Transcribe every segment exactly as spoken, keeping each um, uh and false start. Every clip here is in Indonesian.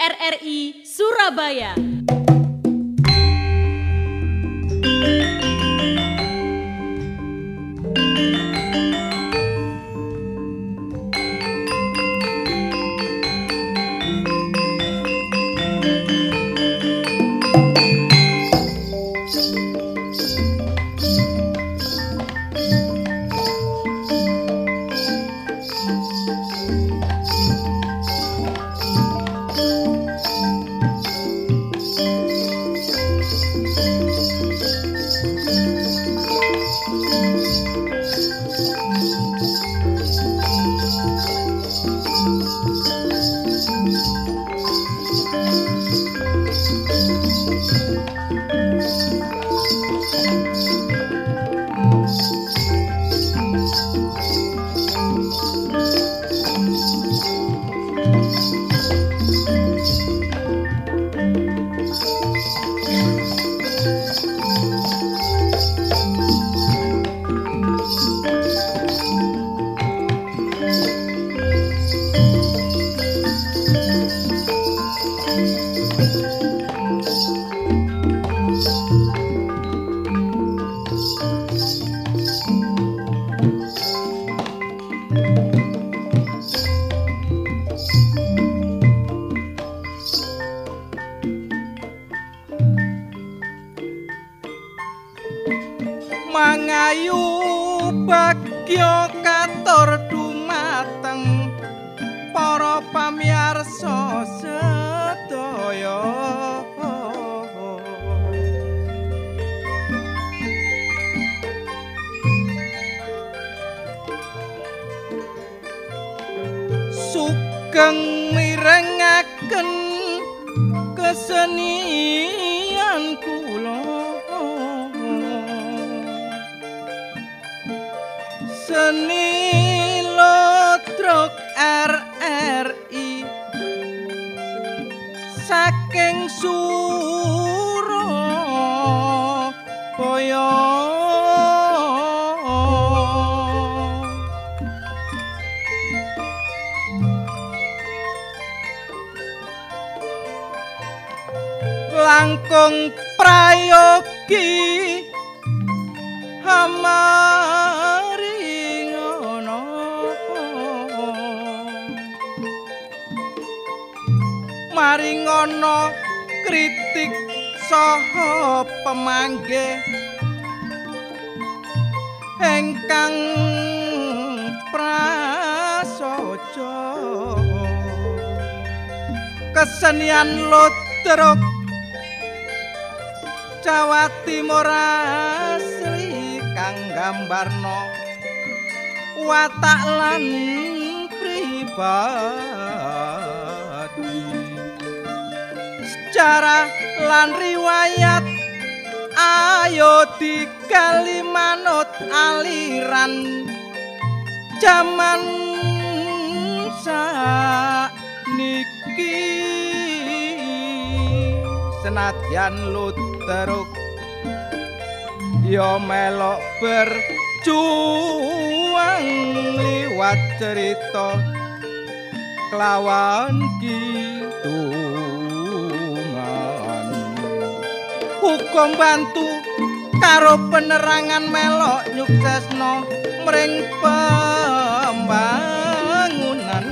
R R I Surabaya. Mangayu bagya katur dumateng para pamirsa sedaya. Sugeng mirengaken kesenian kula. Seni Lodrok R R I saking Surabaya. Langkung prayogi hamari ngono, mari ngono kritik saha pemanggih ingkang prasaja. Kesenian Lodrok Jawa Timur asli kang gambarno watak lan pribadi, sejarah lan riwayat ayo digali manut aliran jaman saniki. Senadyan Lodrok ya melok berjuang liwat cerita kelawan kidungan, hukum bantu karo penerangan melok nyuksesno mring pembangunan.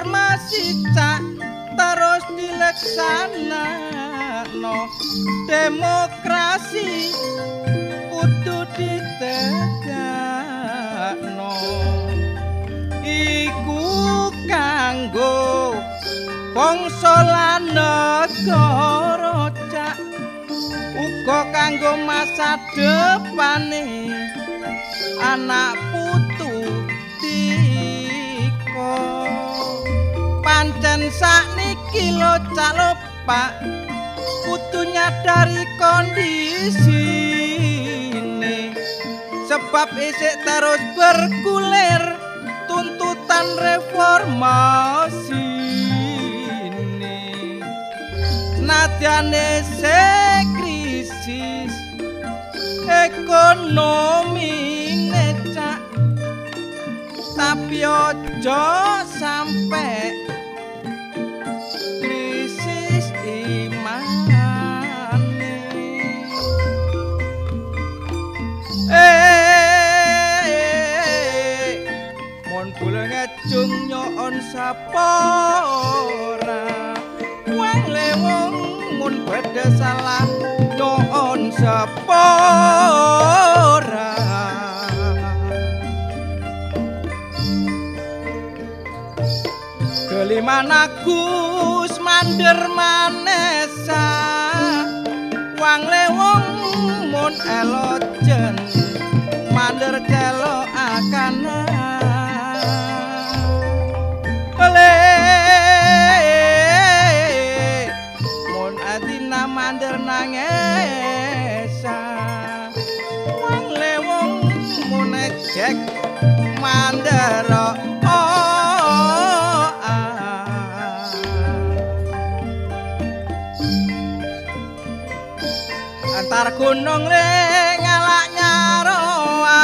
reformasi cak terus dileksanakno demokrasi kudu ditegakno iku kanggo bangsa lan negara cak uga kanggo masa depane anak putu tika pancen sakniki lo cak lo pak kudu nyadari kondisine sebab isik terus bergulir tuntutan reformasi ini nadyane se krisis ekonomi ngecak tapi ojo sampai krisis imane eh mon bulan ngejung nyon sapora wong lewong mun beda salah nyon sapora keliman Agus mandir manesa wang lewong mun elojen mandir celo akana ole mun adina mandir nangesa wang lewong mun ejek mandir antar gunung le ngalak nyaroa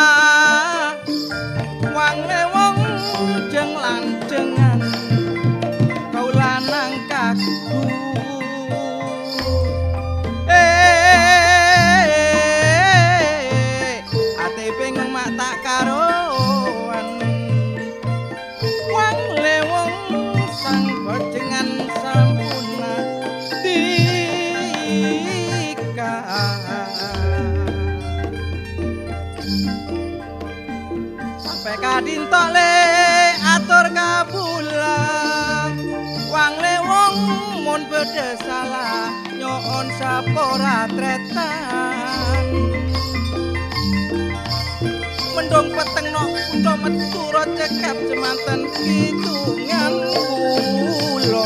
wang lewong jeng lancengan kau lanang kaku eh ate pengen mak tak karoan wang lewong sang bojengan sampuna sampai kadintok le atur kabula wang lewong mun beda salah nyon sapora tretan mendong peteng no kundo metu ro cekap jemanten kitungan kula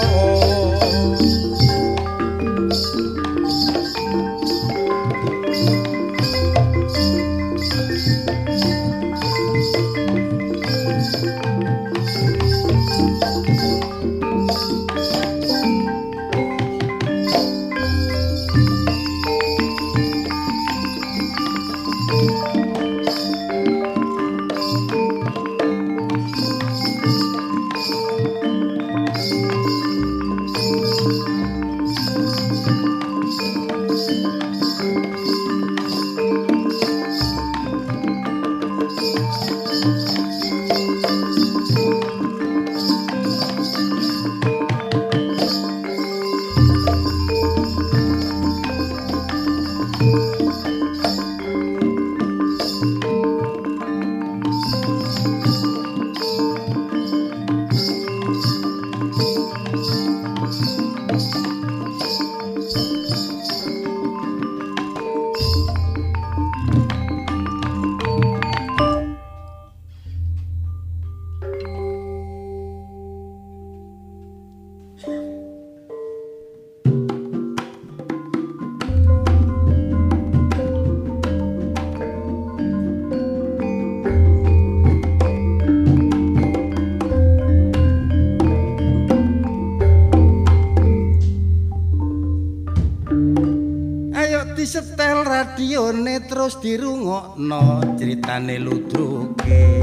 disetel radione terus dirungokno critane ludruke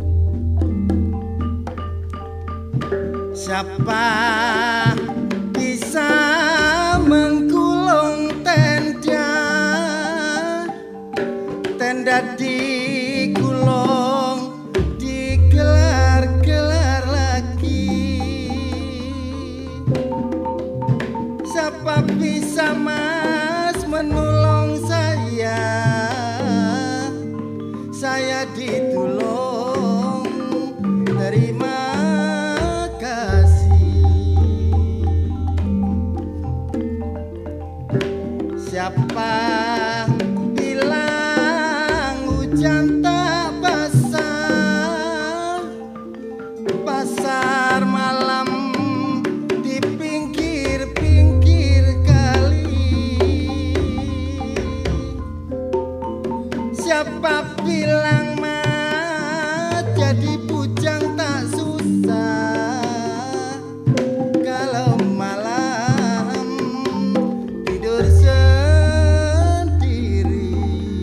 siapa Apa bisa Mas menolong saya? Saya ditolong, terima kasih. Siapa bilang hujan tak basah? Pasar malam di pinggir-pinggir kali. Siapa bilang Mas jadi bujang tak susah? Kalau malam tidur sendiri.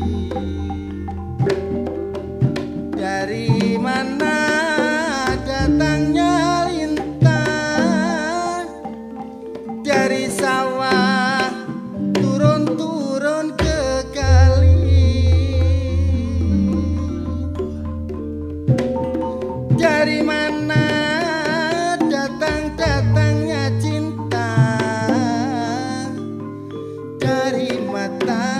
Dari mana datangnya lintah? Dari sawah turun-turun ke kali. Dari mana datang-datangnya cinta? Dari mata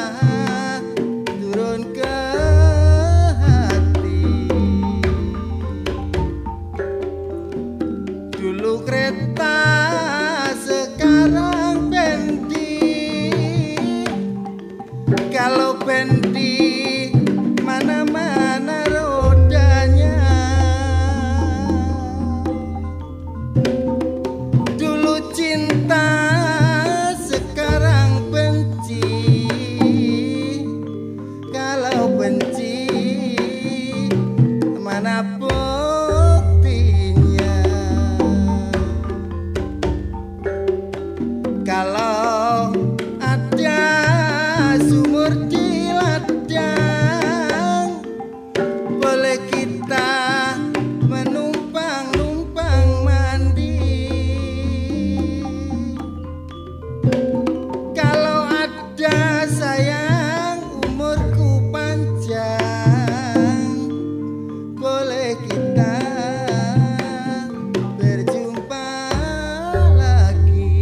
turun ke hati. Dulu kereta, sekarang bendi. Kalau bendi mana-mana rodanya. Dulu cinta, sekarang benci. Kalau benci mana buktinya? Kalau ada sumur di ladang, boleh kita menumpang-numpang mandi. Kalau ada sayang umurku panjang, boleh kita berjumpa lagi.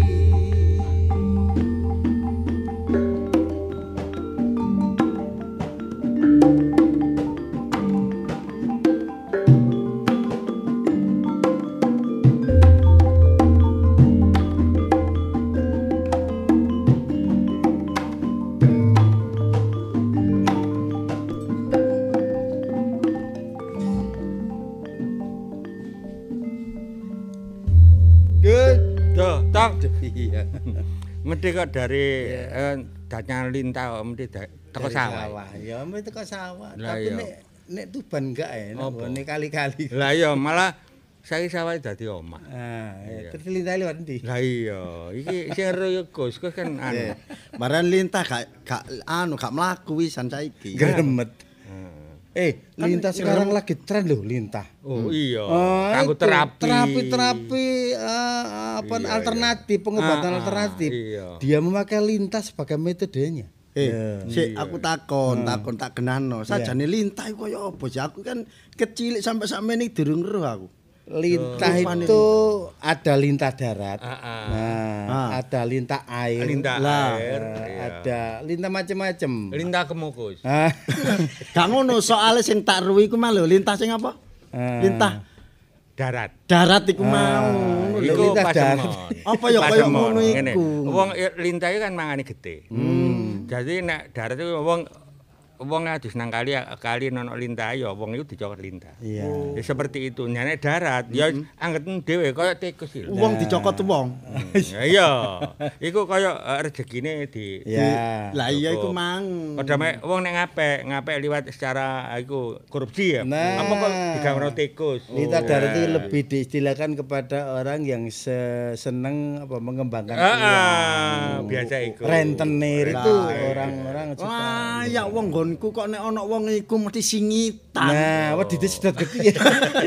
Good. Tuh, tok. Iya. Mesti kok dari eh, datang lintah kok mesti da- teko Dari sawah. Ya, mesti teko sawah. Lah Tapi iya. nek nek Tuban enggak ya, Apa? nek kali-kali. Lah iya malah saiki sawah dadi omah. Ah, Iya. terus lintah lewat ndi? Lah iya, iki sing ero ya Gus, Gus kan anu. Baran lintah gak gak anu gak mlaku wisan saiki. Gremet. Hmm. Eh, lintah sekarang lagi tren loh, lintah. Oh iya, Oh, kanggo itu, terapi. Terapi-terapi eh, apa Iya, alternatif, pengobatan Ah, ah, alternatif. iya. Dia memakai lintah sebagai metodenya. Eh, Ya. sik Iya. aku takon, takon tak genano. Sajane lintah iku koyo apa sih? Aku kan kecil sampai sakmene durung ero aku. Lintah Oh, itu ada lintah darat. Ah, ah. Nah, Ah. ada lintah air. Lintah Lah, air, eh, iya. ada lintah macam-macam. Lintah kemukus. Ah, Gak ngono, soalnya sing tak ruwi iku mah lho, lintah sing apa? ah. Lintah Darat. darat iku mau. Ah, Ngono lho. iku Iku lintah pasemon. darat. Apa ya kaya Pasemon, ngono ngene. iku? Wong i- lintah itu kan mangane gede. Jadi nek darat itu wong wong adus nang kali kali nono lintah ya wong itu dicokot lintah. Iya. Ya, seperti itu. Nek darat ya anggeten dhewe kaya tikus iki. lho. Wong dicokot wong. Ya iya. Iku kaya eh, rezekine di Ya. Lah iya iku Cukup. mang. Padha mek wong nek ngapek, ngapek liwat secara iku korupsi ya. Nah. Apa kok digaweno tikus? Lintah Oh. darat itu Nah. lebih diistilahkan kepada orang yang se- seneng apa mengembangkan Ah, uang. ah, biasa iku. Rentenir itu Lah. orang-orang suka. Wah, ya wong nggonku kok nek ana wong iku mesti singitan. Nah, wedi sedot gede.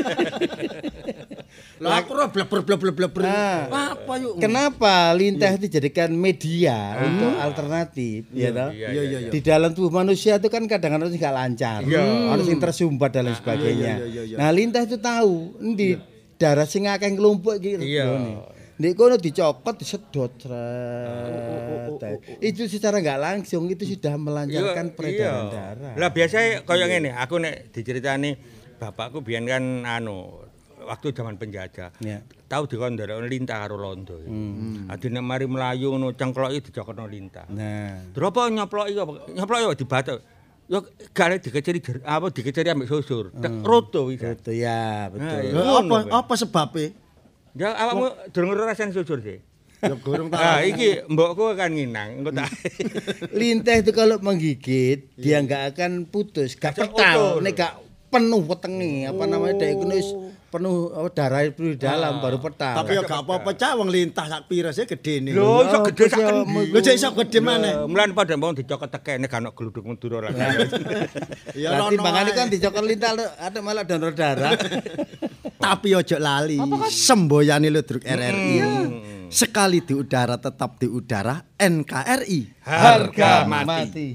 Lah aku ora bleber bleber bleber. Nah. Apa yuk? Kenapa lintah itu dijadikan media untuk alternatif, ya toh? Iya, Iya, iya, iya, iya. Di dalam tubuh manusia itu kan kadang-kadang nggak lancar, Iya. harus yang tersumbat dan lain sebagainya. iya, iya, iya. Nah lintah itu tahu, di darah sing akeh nglumpuk gitu. Iya. Nek kono dicokot disedot sret. Itu secara nggak langsung itu sudah melancarkan peredaran darah. Lah biasa kaya ngene, aku nek diceritani bapakku biyen kan anu waktu zaman penjajah. Ya. Tahu dikondor lintah karo londo. Hmm. Adine mari mlayu ngono cengkloki dicokotno lintah. Nah, Dropo nyoploki apa? Nyoploki dibatok. Yo gale dikeceri apa dikeceri ambek susur. Tek roto iki. betul ya, betul. Lha apa apa sebabnya? Ya awakmu durung ora rasane susur sih. Ya gorong Ah tak. iki mbokku kan nginang, engko tak. Lintah itu kalau menggigit dia nggak akan putus, gak Gak petal, utuh. nek gak penuh wetenge apa namanya dia itu wis penuh apa, darah itu di dalam baru petal. Tapi ya gak apa-apa cah wong lintah sak pira sih gedene. Lho iso gede sak Lho, kendi. Lho jek iso gede maneh. Mulan padha mau dicokot tekene gak ono gluduk Madura lah. Ya Lah ono timbangane ae. kan dicokot lintah ada malah donor darah. Tapi ojo lali semboyane Ludruk R R I. Sekali di udara tetap di udara N K R I. Harga mati.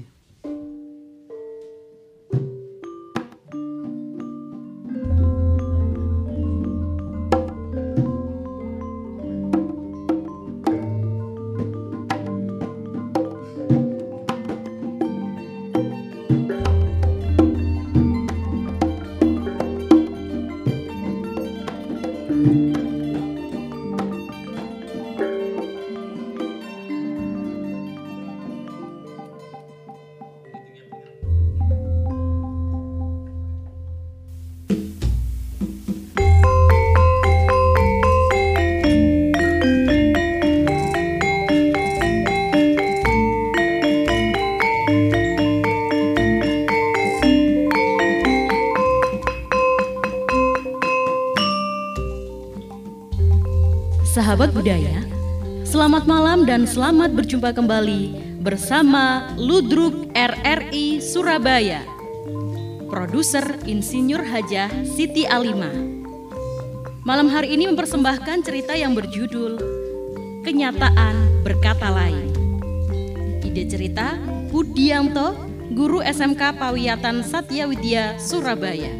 Sahabat budaya, selamat malam dan selamat berjumpa kembali bersama Ludruk R R I Surabaya. Produser Insinyur Hajah Siti Alimah. Malam hari ini mempersembahkan cerita yang berjudul Kenyataan Berkata Lain. Ide cerita Budianto, guru S M K Pawiyatan Satya Widya Surabaya.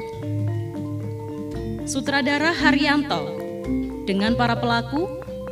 Sutradara Haryanto. Dengan para pelaku,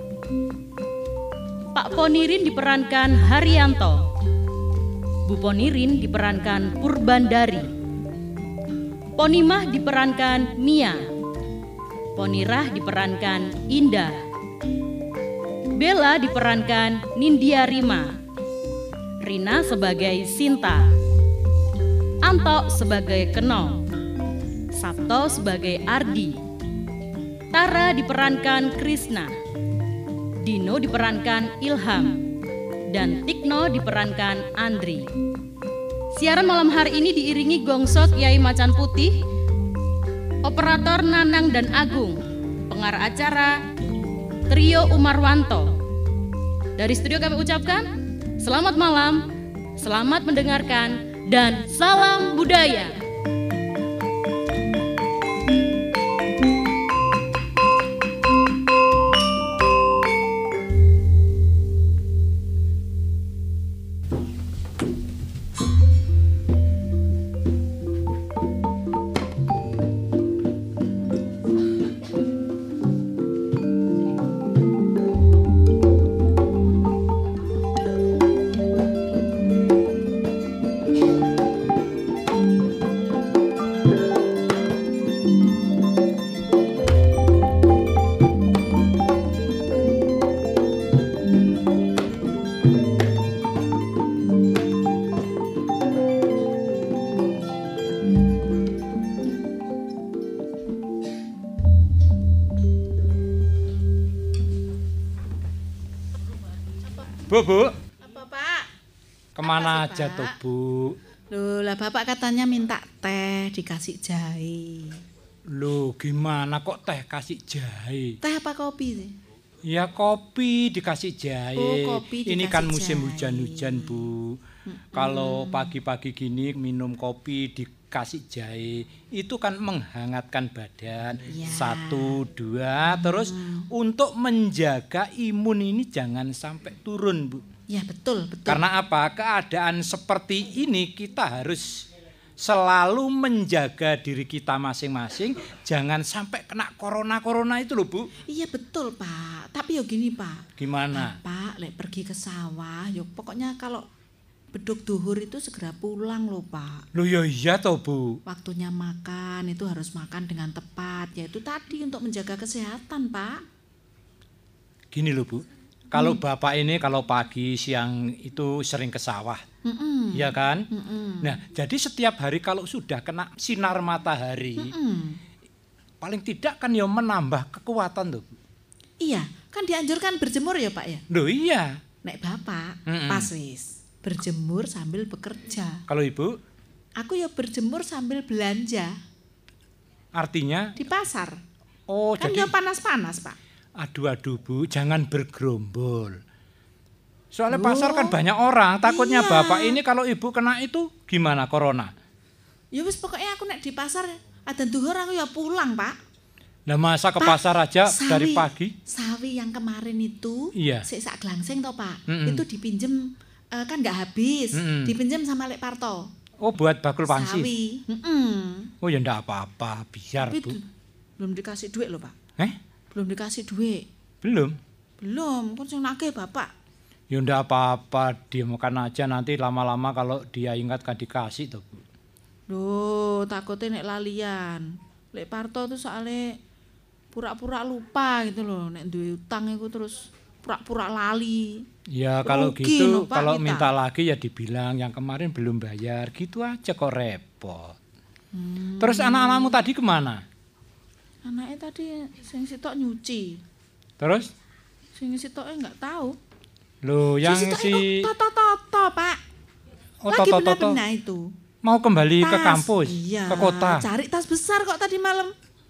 Pak Ponirin diperankan Haryanto, Bu Ponirin diperankan Purbandari, Ponimah diperankan Mia, Ponirah diperankan Indah, Bella diperankan Nindya Rima, Rina sebagai Sinta, Anto sebagai Keno, Sabto sebagai Ardi, Tara diperankan Krisna, Dino diperankan Ilham, dan Tikno diperankan Andri. Siaran malam hari ini diiringi gongsok Yai Macan Putih, operator Nanang dan Agung, pengarah acara Trio Umarwanto. Dari studio kami ucapkan selamat malam, selamat mendengarkan, dan salam budaya. Bu, Bu. Apa, Pak? Kemana Apa sih, aja Pak? tuh, Bu? Loh, lah Bapak katanya minta teh dikasih jahe. Loh, gimana kok teh kasih jahe? Teh apa kopi sih? Ya kopi dikasih jahe. Oh, kopi Ini dikasih kan musim jahe. hujan-hujan, Bu. Kalau pagi-pagi gini minum kopi dikasih jahe, itu kan menghangatkan badan. Ya. Satu, dua, terus untuk menjaga imun ini jangan sampai turun, Bu. Ya betul, betul. Karena apa? Keadaan seperti ini kita harus selalu menjaga diri kita masing-masing, jangan sampai kena corona-corona itu loh Bu. Iya betul Pak, tapi yo gini Pak. Gimana? Pak, lek pergi ke sawah, yo pokoknya kalau beduk duhur itu segera pulang loh Pak. Loh ya iya toh Bu. Waktunya makan itu harus makan dengan tepat, yaitu tadi untuk menjaga kesehatan Pak. Gini loh Bu, kalau hmm. Bapak ini kalau pagi siang itu sering ke sawah, Mm-mm. ya kan? Mm-mm. Nah jadi setiap hari kalau sudah kena sinar matahari, Mm-mm. paling tidak kan ya menambah kekuatan tuh Bu. Iya, kan dianjurkan berjemur ya Pak ya? Loh iya. Nek Bapak, Mm-mm. pas wis. Berjemur sambil bekerja. Kalau Ibu? Aku ya berjemur sambil belanja. Artinya? Di pasar. Oh kan jadi... ya panas-panas Pak. Aduh-aduh Bu, jangan bergerombol. Soalnya Loh, pasar kan banyak orang, takutnya iya. Bapak ini kalau Ibu kena itu gimana corona? Ya wis pokoknya aku nek di pasar ada duhur aku ya pulang Pak. Nah masa ke Pak, pasar aja sawi, dari pagi? Sawi yang kemarin itu, iya. sik sak glangseng toh Pak, Mm-mm. itu dipinjem uh, kan nggak habis, Mm-mm. dipinjem sama Lek Parto. Oh buat bakul panci? Sawi. Mm-mm. Oh ya enggak apa-apa, biar Tapi Bu. du- belum dikasih duit loh Pak. Eh? Belum dikasih duit. Belum? Belum, kan sing nagih Bapak. Ya enggak apa-apa, dia makan aja nanti lama-lama kalau dia ingat kan dikasih tuh Bu. Loh, takutnya nek lalian. Lek Parto tuh soalnya pura-pura lupa gitu loh, nek duwe utang iku terus pura-pura lali. Ya kalau Rugi gitu, lho, Pak, kalau kita. minta lagi ya dibilang yang kemarin belum bayar, gitu aja kok repot. Hmm. Terus anak-anakmu tadi kemana? Anaknya tadi sing sitok nyuci. Terus? Sing sitoknya enggak tahu. Loh yang Sing sitoknya si... itu toto-toto, Pak. Oh Lagi Toto-Toto benar-benar itu. mau kembali ke Tas. kampus, Iya, ke kota? cari tas besar kok tadi malam.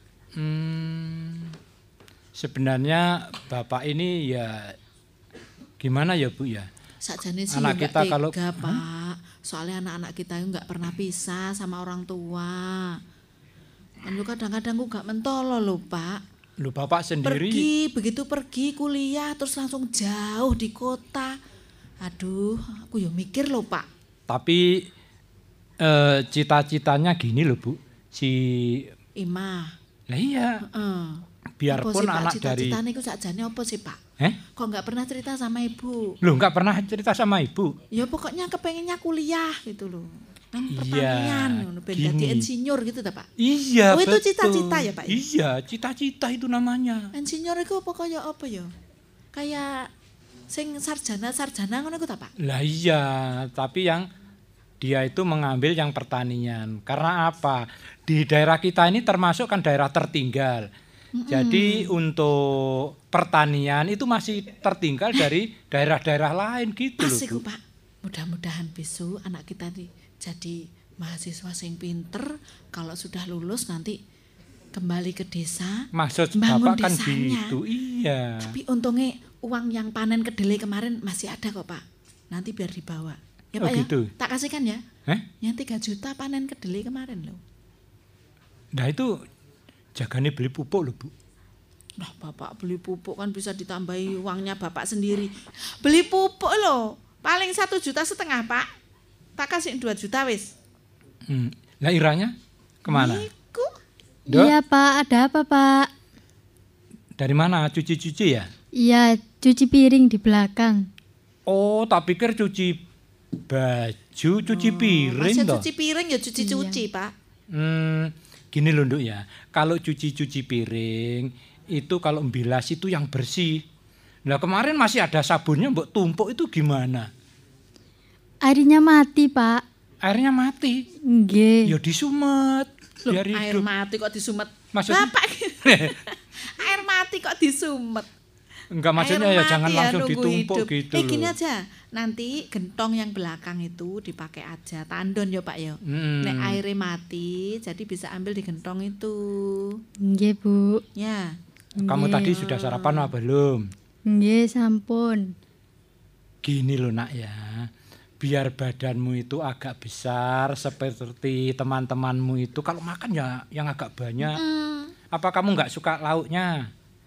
Hmm, sebenarnya Bapak ini ya gimana ya Bu ya? Sakjane sih Anak enggak kita tega, kalau- Pak. Soalnya anak-anak kita itu enggak pernah pisah sama orang tua. Dan lu kadang-kadang aku gak mentolo loh, Pak. Lu Bapak sendiri Pergi, begitu pergi kuliah terus langsung jauh di kota. Aduh, aku ya mikir loh, Pak. tapi eh, cita-citanya gini loh Bu, si Imah. lah iya Heeh. biarpun Apa sih, Pak, anak dari cita-citanya itu sakjane apa sih, Pak? eh Kok nggak pernah cerita sama ibu? lu nggak pernah cerita sama ibu? Ya pokoknya kepengennya kuliah gitu loh. Nang Iya, pertanian, ngono, ben gini. dadi insinyur gitu ta, Pak? Iya Oh, itu betul. cita-cita ya, Pak, ya? Iya cita-cita itu namanya. Insinyur itu apa kaya apa ya? Kayak sing sarjana-sarjana ngono iku ta, Pak? Lah iya, tapi yang dia itu mengambil yang pertanian. Karena apa? Di daerah kita ini termasuk kan daerah tertinggal. Jadi untuk pertanian itu masih tertinggal dari daerah-daerah lain gitu Pas loh. iku, Bu. Pak. Mudah-mudahan besok anak kita nih jadi mahasiswa sing pinter, kalau sudah lulus nanti kembali ke desa. Maksud bangun Bapak kan desanya. gitu. Iya. Tapi untungnya uang yang panen kedelai kemarin masih ada kok, Pak. Nanti biar dibawa. Ya, Oh, Pak gitu. ya. Tak kasihkan ya. Eh? Yang tiga juta panen kedelai kemarin loh. Nah itu jagane beli pupuk loh Bu. Nah, Bapak beli pupuk kan bisa ditambahi uangnya Bapak sendiri. Beli pupuk loh. Paling satu juta setengah, Pak. Tak kasih dua juta wis. Hmm. Lah iranya kemana? Iku. Dok? Iya Pak, ada apa Pak? Dari mana? Cuci-cuci ya? Iya, cuci piring di belakang. Oh, tak pikir cuci baju, cuci piring Masa toh. cuci piring ya cuci-cuci, Pak. Hmm, gini loh Nduk ya. Kalau cuci-cuci piring itu kalau bilas itu yang bersih. Nah kemarin masih ada sabunnya mbok tumpuk itu gimana? Airnya mati Pak. Airnya mati. Nggih. Ya disumet. Loh, Biar air hidup. mati kok disumet. Maksudnya- Bapak. Air mati kok disumet. Enggak maksudnya Air ya mati jangan langsung nunggu ditumpuk hidup. gitu Eh gini loh. aja, nanti gentong yang belakang itu dipakai aja, tandon ya Pak ya. Hmm. Nek airnya mati, jadi bisa ambil di gentong itu. Nggih Bu. Ya. Kamu Nggih. tadi sudah sarapan apa belum? Nggih, sampun. Gini loh nak ya. Biar badanmu itu agak besar seperti teman-temanmu itu kalau makan ya yang agak banyak. Apa kamu nggak suka lauknya?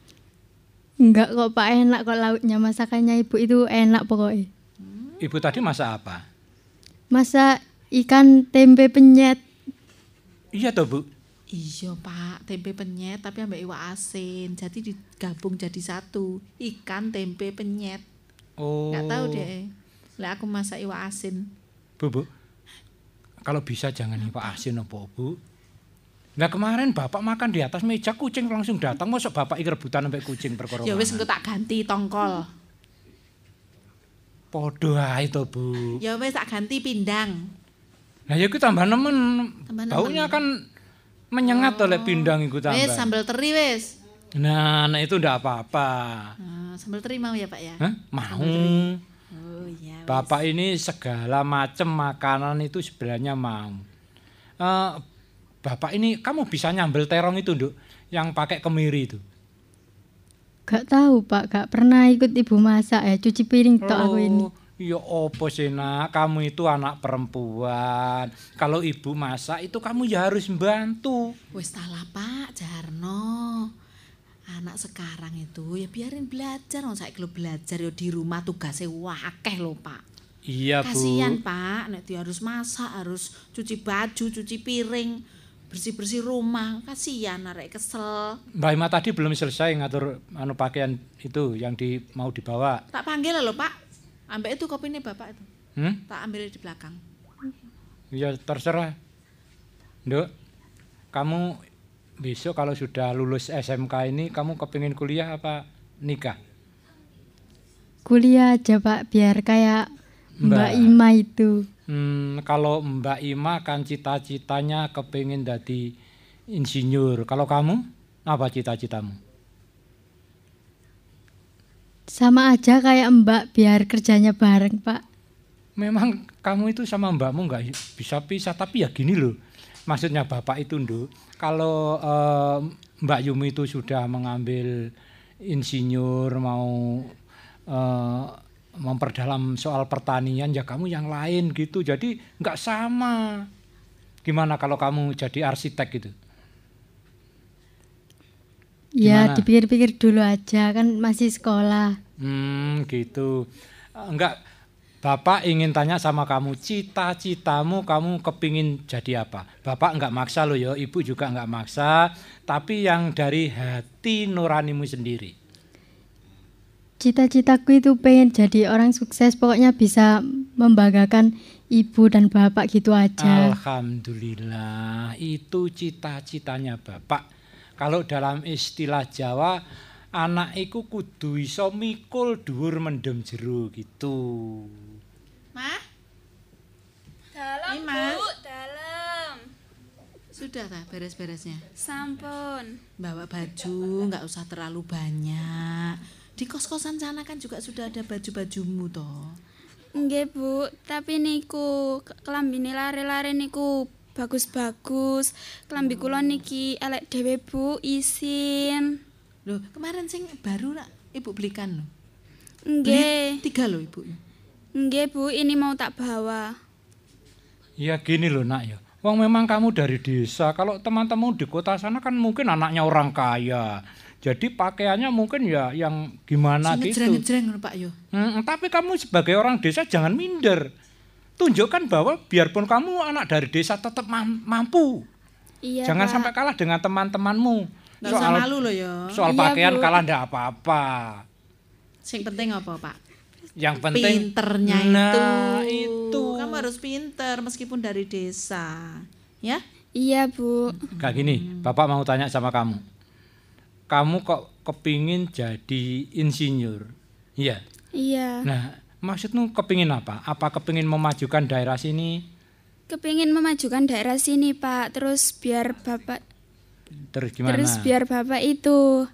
Enggak kok Pak, enak kok lauknya. Masakannya Ibu itu enak pokoknya. Ibu tadi masak apa? Masa ikan tempe penyet. Iya toh, Bu? Iya Pak, tempe penyet tapi ambek iwak asin. Jadi digabung jadi satu. Ikan tempe penyet. Oh. Nggak tahu deh. Lah aku masak iwak asin. Bu, Bu. Kalau bisa jangan iwak asin apa, Bu? Nah kemarin Bapak makan di atas meja kucing langsung datang. Mosok Bapak iki rebutan sampai kucing perkara. Ya wis engko tak ganti tongkol. Podo ae to, Bu. Ya wis tak ganti pindang. Nah ya iku tambah nemen. Tambah nemen. Baunya kan menyengat oleh pindang iku tambah. Wis sambal teri wis. Nah, nah itu ndak apa-apa. Nah, sambal teri mau ya Pak ya? Hah? Mau. Oh iya. wis. Bapak ini segala macam makanan itu sebenarnya mau. Eh, Bapak ini kamu bisa nyambel terong itu, Nduk, yang pakai kemiri itu. Gak tahu Pak, gak pernah ikut ibu masak ya, cuci piring tok aku ini. Ya opo sih nak, kamu itu anak perempuan. Kalau ibu masak itu kamu ya harus membantu. Wis salah Pak Jarno. Anak sekarang itu ya biarin belajar, wong saiki lho belajar ya di rumah tugasnya wakeh lho Pak. Iya Bu. Kasihan Pak, nek dia harus masak, harus cuci baju, cuci piring, bersih-bersih rumah. Kasihan arek kesel. Mbak Ima tadi belum selesai ngatur anu pakaian itu yang di mau dibawa. Tak panggil lho Pak. Ambek itu kopine Bapak itu. Hmm? Tak ambil di belakang. Ya terserah. Nduk, kamu besok kalau sudah lulus S M K ini kamu kepingin kuliah apa nikah? Kuliah aja Pak, biar kayak Mbak, Mbak. Ima itu. Hmm, kalau Mbak Ima kan cita-citanya kepingin jadi insinyur. Kalau kamu apa cita-citamu? Sama aja kayak Mbak, biar kerjanya bareng Pak. Memang kamu itu sama mbakmu nggak bisa pisah, tapi ya gini loh. Maksudnya Bapak itu, Nduk, kalau eh, Mbak Yumi itu sudah mengambil insinyur, mau eh, memperdalam soal pertanian, ya kamu yang lain gitu. Jadi nggak sama. Gimana kalau kamu jadi arsitek gitu? Ya Gimana? dipikir-pikir dulu aja, kan masih sekolah. Hmm, gitu. Eh, Enggak, Bapak ingin tanya sama kamu, cita-citamu kamu kepingin jadi apa? Bapak enggak maksa loh ya, Ibu juga enggak maksa, tapi yang dari hati nuranimu sendiri. Cita-citaku itu pengen jadi orang sukses, pokoknya bisa membanggakan ibu dan bapak gitu aja. Alhamdulillah, itu cita-citanya Bapak. Kalau dalam istilah Jawa, anak iku kudu iso mikul dhuwur mendem jero gitu. Mah? Dalam, Ima. Bu, dalam. Sudah tak beres-beresnya? Sampun. Bawa baju, nggak usah terlalu banyak. Di kos-kosan sana kan juga sudah ada baju-bajumu toh. Nggih, Bu, tapi niku ke- kelambine lare-lare niku bagus-bagus. Kelambi kula niki elek dhewe, Bu, isin. Loh, kemarin sing baru nak Ibu belikan loh. Nggih. Tiga loh Ibu. Nggih, Bu, ini mau tak bawa. Ya gini loh nak ya. Wong memang kamu dari desa. Kalau teman-teman di kota sana kan mungkin anaknya orang kaya. Jadi pakaiannya mungkin ya yang gimana Sing gitu. ngejreng-ngejreng loh, Pak yo. Hmm, tapi kamu sebagai orang desa jangan minder. Tunjukkan bahwa biarpun kamu anak dari desa tetap mam- mampu. Iya, Jangan Pak. sampai kalah dengan teman-temanmu. Nggak usah malu loh yo. Soal Iya, pakaian Bu. kalah ndak apa-apa. Sing penting apa, Pak? Yang penting Pinternya nah, itu. itu. Kamu harus pinter meskipun dari desa. Ya? Iya, Bu. Kayak gini, Bapak mau tanya sama kamu. Kamu kok kepingin jadi insinyur? Iya. Iya. Nah, maksudmu kepingin apa? Apa kepingin memajukan daerah sini? Kepingin memajukan daerah sini, Pak. Terus biar Bapak Terus gimana? Terus biar Bapak itu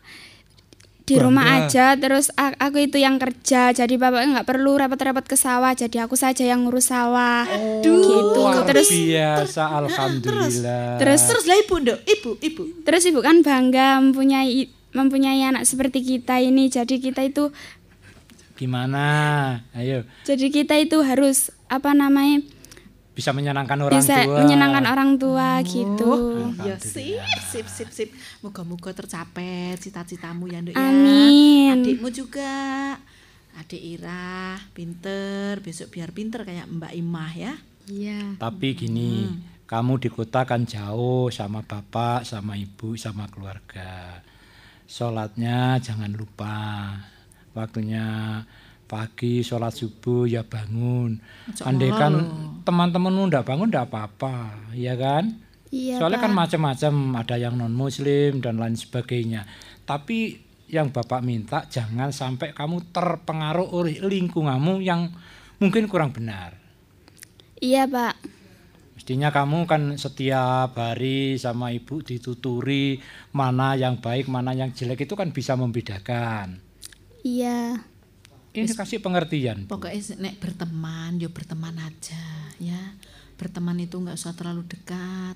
di Bangga. rumah aja, terus a- aku itu yang kerja. Jadi Bapak nggak perlu repot-repot ke sawah, jadi aku saja yang ngurus sawah. Gitu. Luar Terus biasa, alhamdulillah. terus Terus lah Ibu, Nduk. Ibu, Ibu. terus Ibu kan bangga mempunyai mempunyai anak seperti kita ini. Jadi kita itu Gimana? Ayo, jadi kita itu harus apa namanya? bisa menyenangkan orang bisa tua. menyenangkan orang tua gitu. Ya sip, sip, sip, sip. Moga-moga tercapai cita-citamu ya, Nduk ya. Amin. Adikmu juga. Adik Ira, pinter. Besok biar pinter kayak Mbak Imah ya. Iya. Tapi gini, hmm. kamu di kota kan jauh sama bapak, sama ibu, sama keluarga. Sholatnya jangan lupa. Waktunya pagi sholat subuh ya bangun. Andai kan teman-temanmu ndak bangun ndak apa-apa, ya kan? Iya, Soalnya Pak. kan macam-macam, ada yang non-muslim dan lain sebagainya. Tapi yang Bapak minta jangan sampai kamu terpengaruh oleh lingkunganmu yang mungkin kurang benar. Iya, Pak. Mestinya kamu kan setiap hari sama ibu dituturi mana yang baik, mana yang jelek itu kan bisa membedakan. Iya. Ini kasih pengertian. Pokoknya nek berteman, yo berteman aja ya. Berteman itu nggak usah terlalu dekat.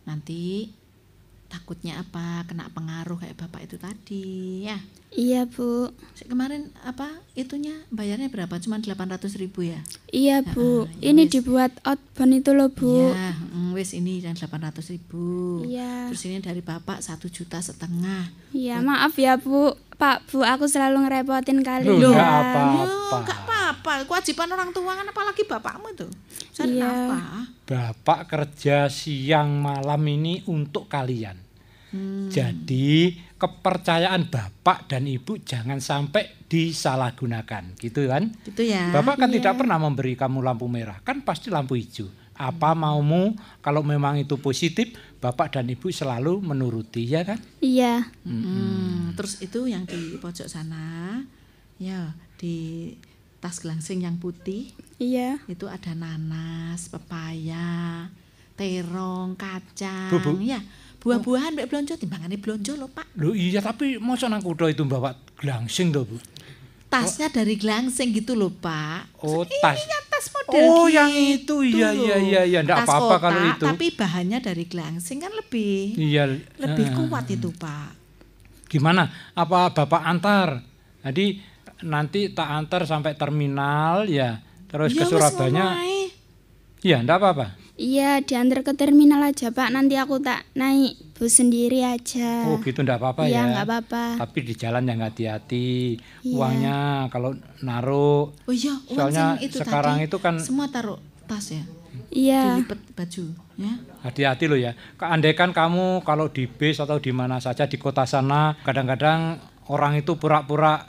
Nanti takutnya apa? Kena pengaruh kayak bapak itu tadi ya. Iya, Bu. Kemarin apa itunya bayarnya berapa? Cuma delapan ratus ribu ya? Iya, Bu. Nah, ya ini wis. dibuat outbound itu loh, Bu. Iya, mm, wis ini yang delapan ratus ribu. Iya. Terus ini dari bapak satu juta setengah. Iya, maaf ya, Bu. Pak, Bu, aku selalu ngerepotin kalian. Loh, enggak apa-apa. Enggak apa-apa, kewajiban orang tua kan apalagi bapakmu tuh. Saya Iya. apa? Bapak kerja siang malam ini untuk kalian. Hmm. Jadi kepercayaan bapak dan ibu jangan sampai disalahgunakan, gitu kan? Gitu ya. Bapak kan Iya. tidak pernah memberi kamu lampu merah, kan pasti lampu hijau. Apa maumu kalau memang itu positif, bapak dan ibu selalu menuruti, ya kan? Iya. Hmm, terus itu yang di pojok sana, ya di tas gelangsing yang putih Iya. itu ada nanas, pepaya, terong, kacang, Bu, Bu. ya buah-buahan mbek blonjo timbangane blonjo lho Pak. Loh iya, tapi masa nang kutho itu bawa gelangsing toh, Bu? Tasnya dari gelangsing gitu loh Pak. Oh, tas. Iya tas model Oh, gitu yang itu. Iya, iya, iya, iya. Ndak Tas apa-apa kotak, kalau itu. Tapi bahannya dari gelangsing kan lebih Iya. lebih eh. kuat itu Pak. Gimana? Apa bapak antar? Jadi nanti tak antar sampai terminal ya, terus Ya, ke wis Surabaya. ngono ae. Iya, ndak apa-apa. Iya, diantar ke terminal aja, Pak. Nanti aku tak naik bus sendiri aja. Oh, gitu ndak apa-apa Iya, ya. nggak apa-apa. Tapi di jalan yang hati-hati. Iya. Uangnya kalau naruh. Oh iya, uang Soalnya sing itu sekarang tadi itu kan semua taruh tas ya. Iya. Dilipet baju ya. hati-hati loh ya. Andaikan kamu kalau di bis atau di mana saja di kota sana, kadang-kadang orang itu pura-pura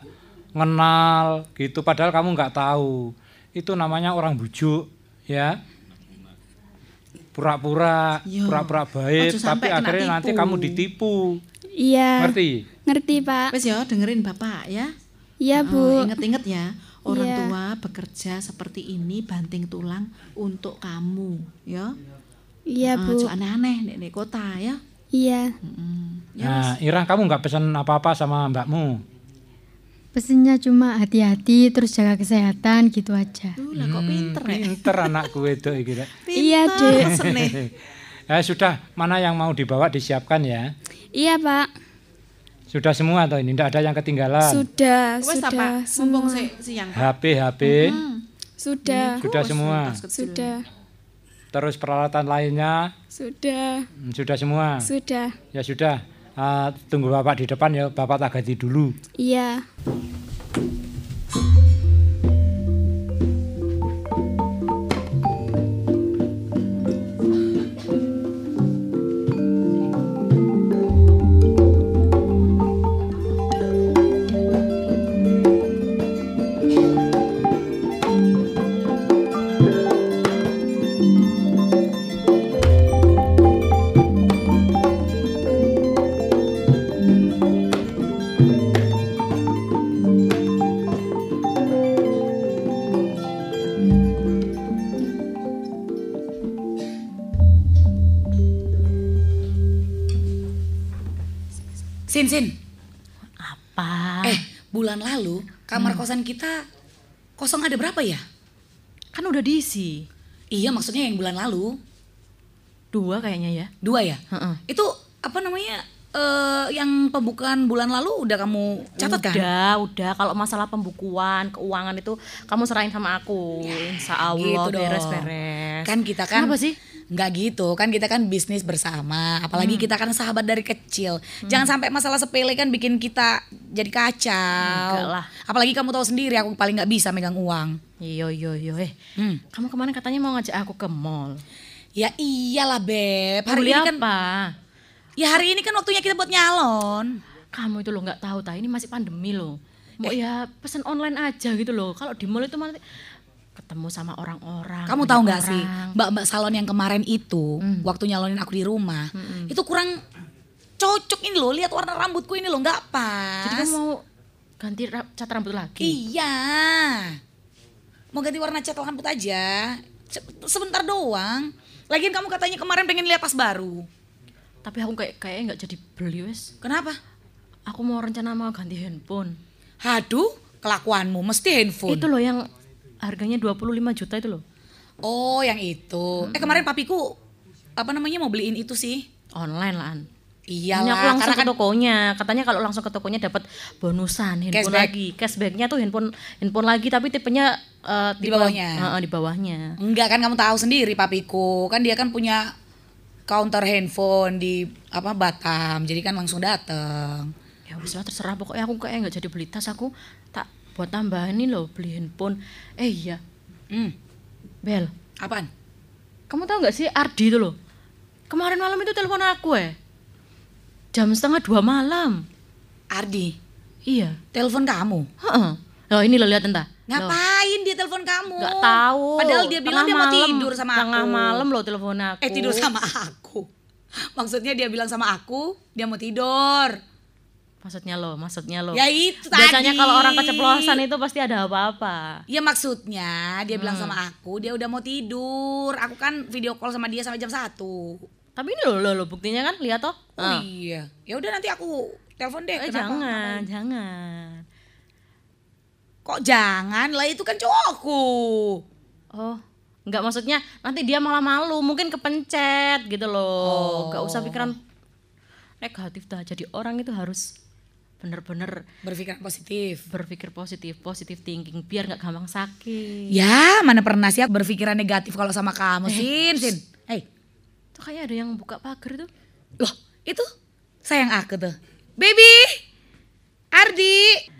ngenal gitu, padahal kamu nggak tahu. Itu namanya orang bujuk, ya. Pura-pura, Yo, pura-pura baik, ojo tapi sampai kena akhirnya tipu. nanti kamu ditipu. Iya. Ngerti? Ngerti, Pak. Wes ya dengerin Bapak ya. Iya, Oh, Bu. inget-inget ya. Orang Iya. tua bekerja seperti ini banting tulang untuk kamu, ya. Iya, Ah, Bu. ojo aneh-aneh nek nek kota ya. Iya. Mm-mm. Ya, Nah, Irang, kamu nggak pesan apa-apa sama mbakmu? Pesennya cuma hati-hati terus jaga kesehatan gitu aja. Tuh, lah kok pinter ya. Pinter anakku itu gitu. Iya, Dek. Sene. Eh, sudah, mana yang mau dibawa disiapkan ya? Iya, Pak. Sudah semua atau ini? Tidak ada yang ketinggalan? Sudah, Wes apa? sudah. Mumpung Semua. si- siang, Pak. H P, H P, Sudah. sudah semua. Tas kecil. Sudah. Terus peralatan lainnya, Sudah. hmm, sudah semua? Sudah. Ya sudah, Ah, tunggu Bapak di depan ya, Bapak tak ganti dulu. Iya. Sin, Sin. Apa? Eh, bulan lalu kamar kosan kita kosong ada berapa ya? Kan udah diisi. Iya, maksudnya yang bulan lalu. Dua kayaknya ya. Dua ya? Heeh. Itu apa namanya? Eh, yang pembukaan bulan lalu udah kamu catat kan? Udah, udah. Kalau masalah pembukuan, keuangan itu kamu serahin sama aku. Insya Allah gitu dong. beres-beres. Kan kita kan Kenapa sih? Enggak gitu, kan kita kan bisnis bersama. Apalagi Hmm. kita kan sahabat dari kecil. Jangan sampai masalah sepele kan bikin kita jadi kacau. Enggak lah. Apalagi kamu tahu sendiri aku paling nggak bisa megang uang. Iyo iyo iyo eh. Hmm. Kamu kemarin katanya mau ngajak aku ke mall. Ya iyalah Beb. Mau Hari beli ini kan apa? Ya hari ini kan waktunya kita buat nyalon. Kamu itu lo nggak tahu ta, ini masih pandemi loh. Mau ya pesen online aja gitu loh. Kalau di mall itu nanti ketemu sama orang-orang. Kamu banyak tahu nggak sih, orang. mbak-mbak salon yang kemarin itu, Hmm. waktu nyalonin aku di rumah, itu kurang cocok ini loh. Lihat warna rambutku ini loh, nggak pas. Jadi kamu mau ganti ra- cat rambut lagi? Iya, mau ganti warna cat rambut aja, Se- sebentar doang. Lagian kamu katanya kemarin pengen lihat tas baru. Tapi aku kayak kayaknya nggak jadi beli wes. Kenapa? Aku mau rencana mau ganti handphone. Haduh, kelakuanmu mesti handphone. Itu loh yang harganya dua puluh lima juta itu loh. Oh, yang itu. Eh kemarin papiku apa namanya mau beliin itu sih. Online lah. An. Iyalah, Ini aku langsung karena ke kan tokonya. Katanya kalau langsung ke tokonya dapat bonusan handphone Cashback. lagi. Cashbacknya tuh handphone handphone lagi tapi tipenya eh, Di tipe- bawahnya. Heeh, di bawahnya. enggak kan kamu tahu sendiri papiku. Kan dia kan punya counter handphone di apa Batam. Jadi kan langsung dateng. Ya wis lah terserah pokoknya aku kayak nggak jadi beli tas aku tak buat tambahan nih loh beli handphone. Eh iya. Hmm. Bel, Apaan? kamu tahu nggak sih Ardi itu loh? Kemarin malam itu telepon aku eh. Jam setengah dua malam. Ardi, Iya. telepon kamu. Heeh. Loh ini lo lihat entah. Ngapain dia telepon kamu? Nggak tahu. Padahal dia bilang dia mau Tengah malam. tidur sama aku. Tengah malam loh telepon aku. Eh tidur sama aku. Maksudnya dia bilang sama aku, dia mau tidur. Maksudnya lo, maksudnya lo. Ya itu Biasanya tadi. kalau orang keceplosan itu pasti ada apa-apa. Ya maksudnya dia bilang Hmm. sama aku, dia udah mau tidur. Aku kan video call sama dia sampai jam satu. Tapi ini lo, lo, lo buktinya kan, lihat toh. Oh Ah. iya. Ya udah nanti aku telepon deh. Eh, Kenapa? jangan, Ngapain? jangan. Kok jangan? Lah itu kan cowokku. Oh, enggak maksudnya nanti dia malah malu, mungkin kepencet gitu loh. Enggak usah pikiran negatif dah. Jadi orang itu harus bener-bener Berpikiran positif. berpikir positif, positive thinking biar nggak gampang sakit. Ya, mana pernah sih aku berpikiran negatif kalau sama kamu, Sin, Sin. Hei, Tuh kayak ada yang buka pagar itu. loh, itu sayang aku tuh. Baby, Ardi.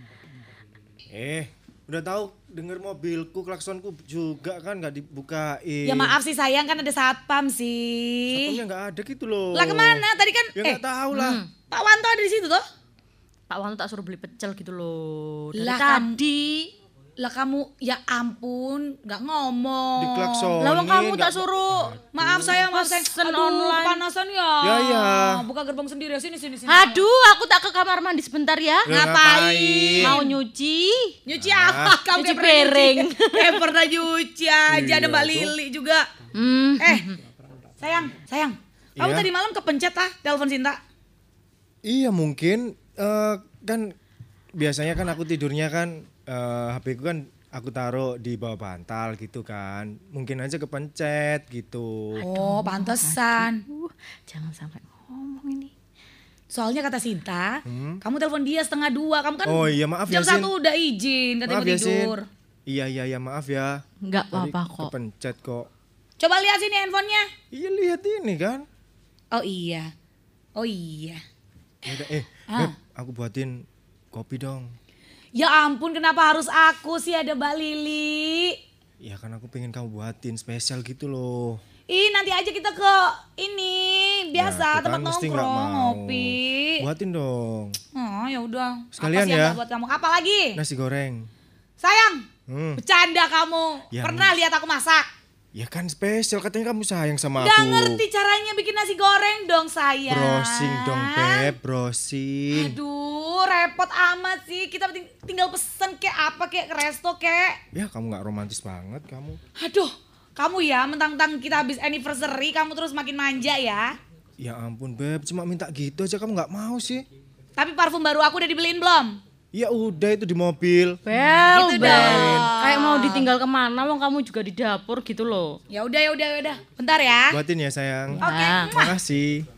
Eh, udah tahu denger mobilku klaksonku juga kan nggak dibukain. Ya maaf sih sayang, kan ada satpam sih. Satpamnya nggak ada gitu loh. Lah kemana? Tadi kan Ya eh nggak tahu lah. Hmm. Pak Wanto ada di situ toh? Pak Wanto tak suruh beli pecel gitu loh. Dari Lah, kamu- tadi. Lah kamu, ya ampun, nggak ngomong. Diklaksonin, Lah wong kamu nggak- tak suruh. Maaf sayang, maaf sayang. Pesen Aduh, online. panasan ya. Ya, ya. Buka gerbang sendiri, sini sini sini. Aduh, aku tak ke kamar mandi sebentar ya. Lah, ngapain? Mau nyuci. Nyuci apa? Kamu Nyuci kayak pernah piring. nyuci. Kayak pernah nyuci aja, Iya, ada Mbak tuh. Lili juga. Hmm. Eh, sayang, sayang. Kamu Iya? tadi malam kepencet ah telepon Sinta. Iya mungkin eh, kan biasanya kan aku tidurnya kan eh, H P ku kan aku taruh di bawah bantal gitu kan. Mungkin aja kepencet gitu. Oh, pantesan. Uh, jangan sampai ngomong ini. Soalnya kata Sinta, kamu telepon dia setengah dua. Kamu kan Hmm? Oh iya, maaf jam ya, Sin. satu udah izin katanya Maaf mau ya, Sin. tidur. Iya iya iya maaf ya. Enggak Tadi apa-apa kok. Kepencet kok. Coba lihat sini handphonenya. Iya lihat ini kan. Oh iya. Oh iya. Yaudah, eh, Ah. Beb, aku buatin kopi dong. Ya ampun, kenapa harus aku sih, ada Mbak Lili? Ya kan aku pengen kamu buatin spesial gitu loh. Ih, nanti aja kita ke ini biasa Ya, aku tempat kan mesti nggak nongkrong, mau. ngopi. Buatin dong. Oh, ya udah. Sekalian Apa sih yang ya. nggak buat kamu? Apa lagi? Nasi goreng. Sayang, Hmm. bercanda kamu. Ya, Pernah lihat aku masak? Ya kan spesial katanya kamu sayang sama Gak aku. ngerti caranya bikin nasi goreng dong, sayang. Browsing dong Beb, browsing. Aduh, repot amat sih. Kita ting- tinggal pesen kayak apa, kayak ke resto kayak. Ya kamu gak romantis banget kamu. Aduh, kamu ya mentang-mentang kita habis anniversary, kamu terus makin manja ya. Ya ampun Beb, cuma minta gitu aja kamu gak mau sih. Tapi parfum baru aku udah dibeliin belum? Ya udah itu di mobil. Bel, Gitu Bel. dong. Kayak mau ditinggal kemana, wong kamu juga di dapur gitu loh. Ya udah, ya udah, ya udah. Bentar ya. Buatin ya sayang. Oke. Nah. Makasih.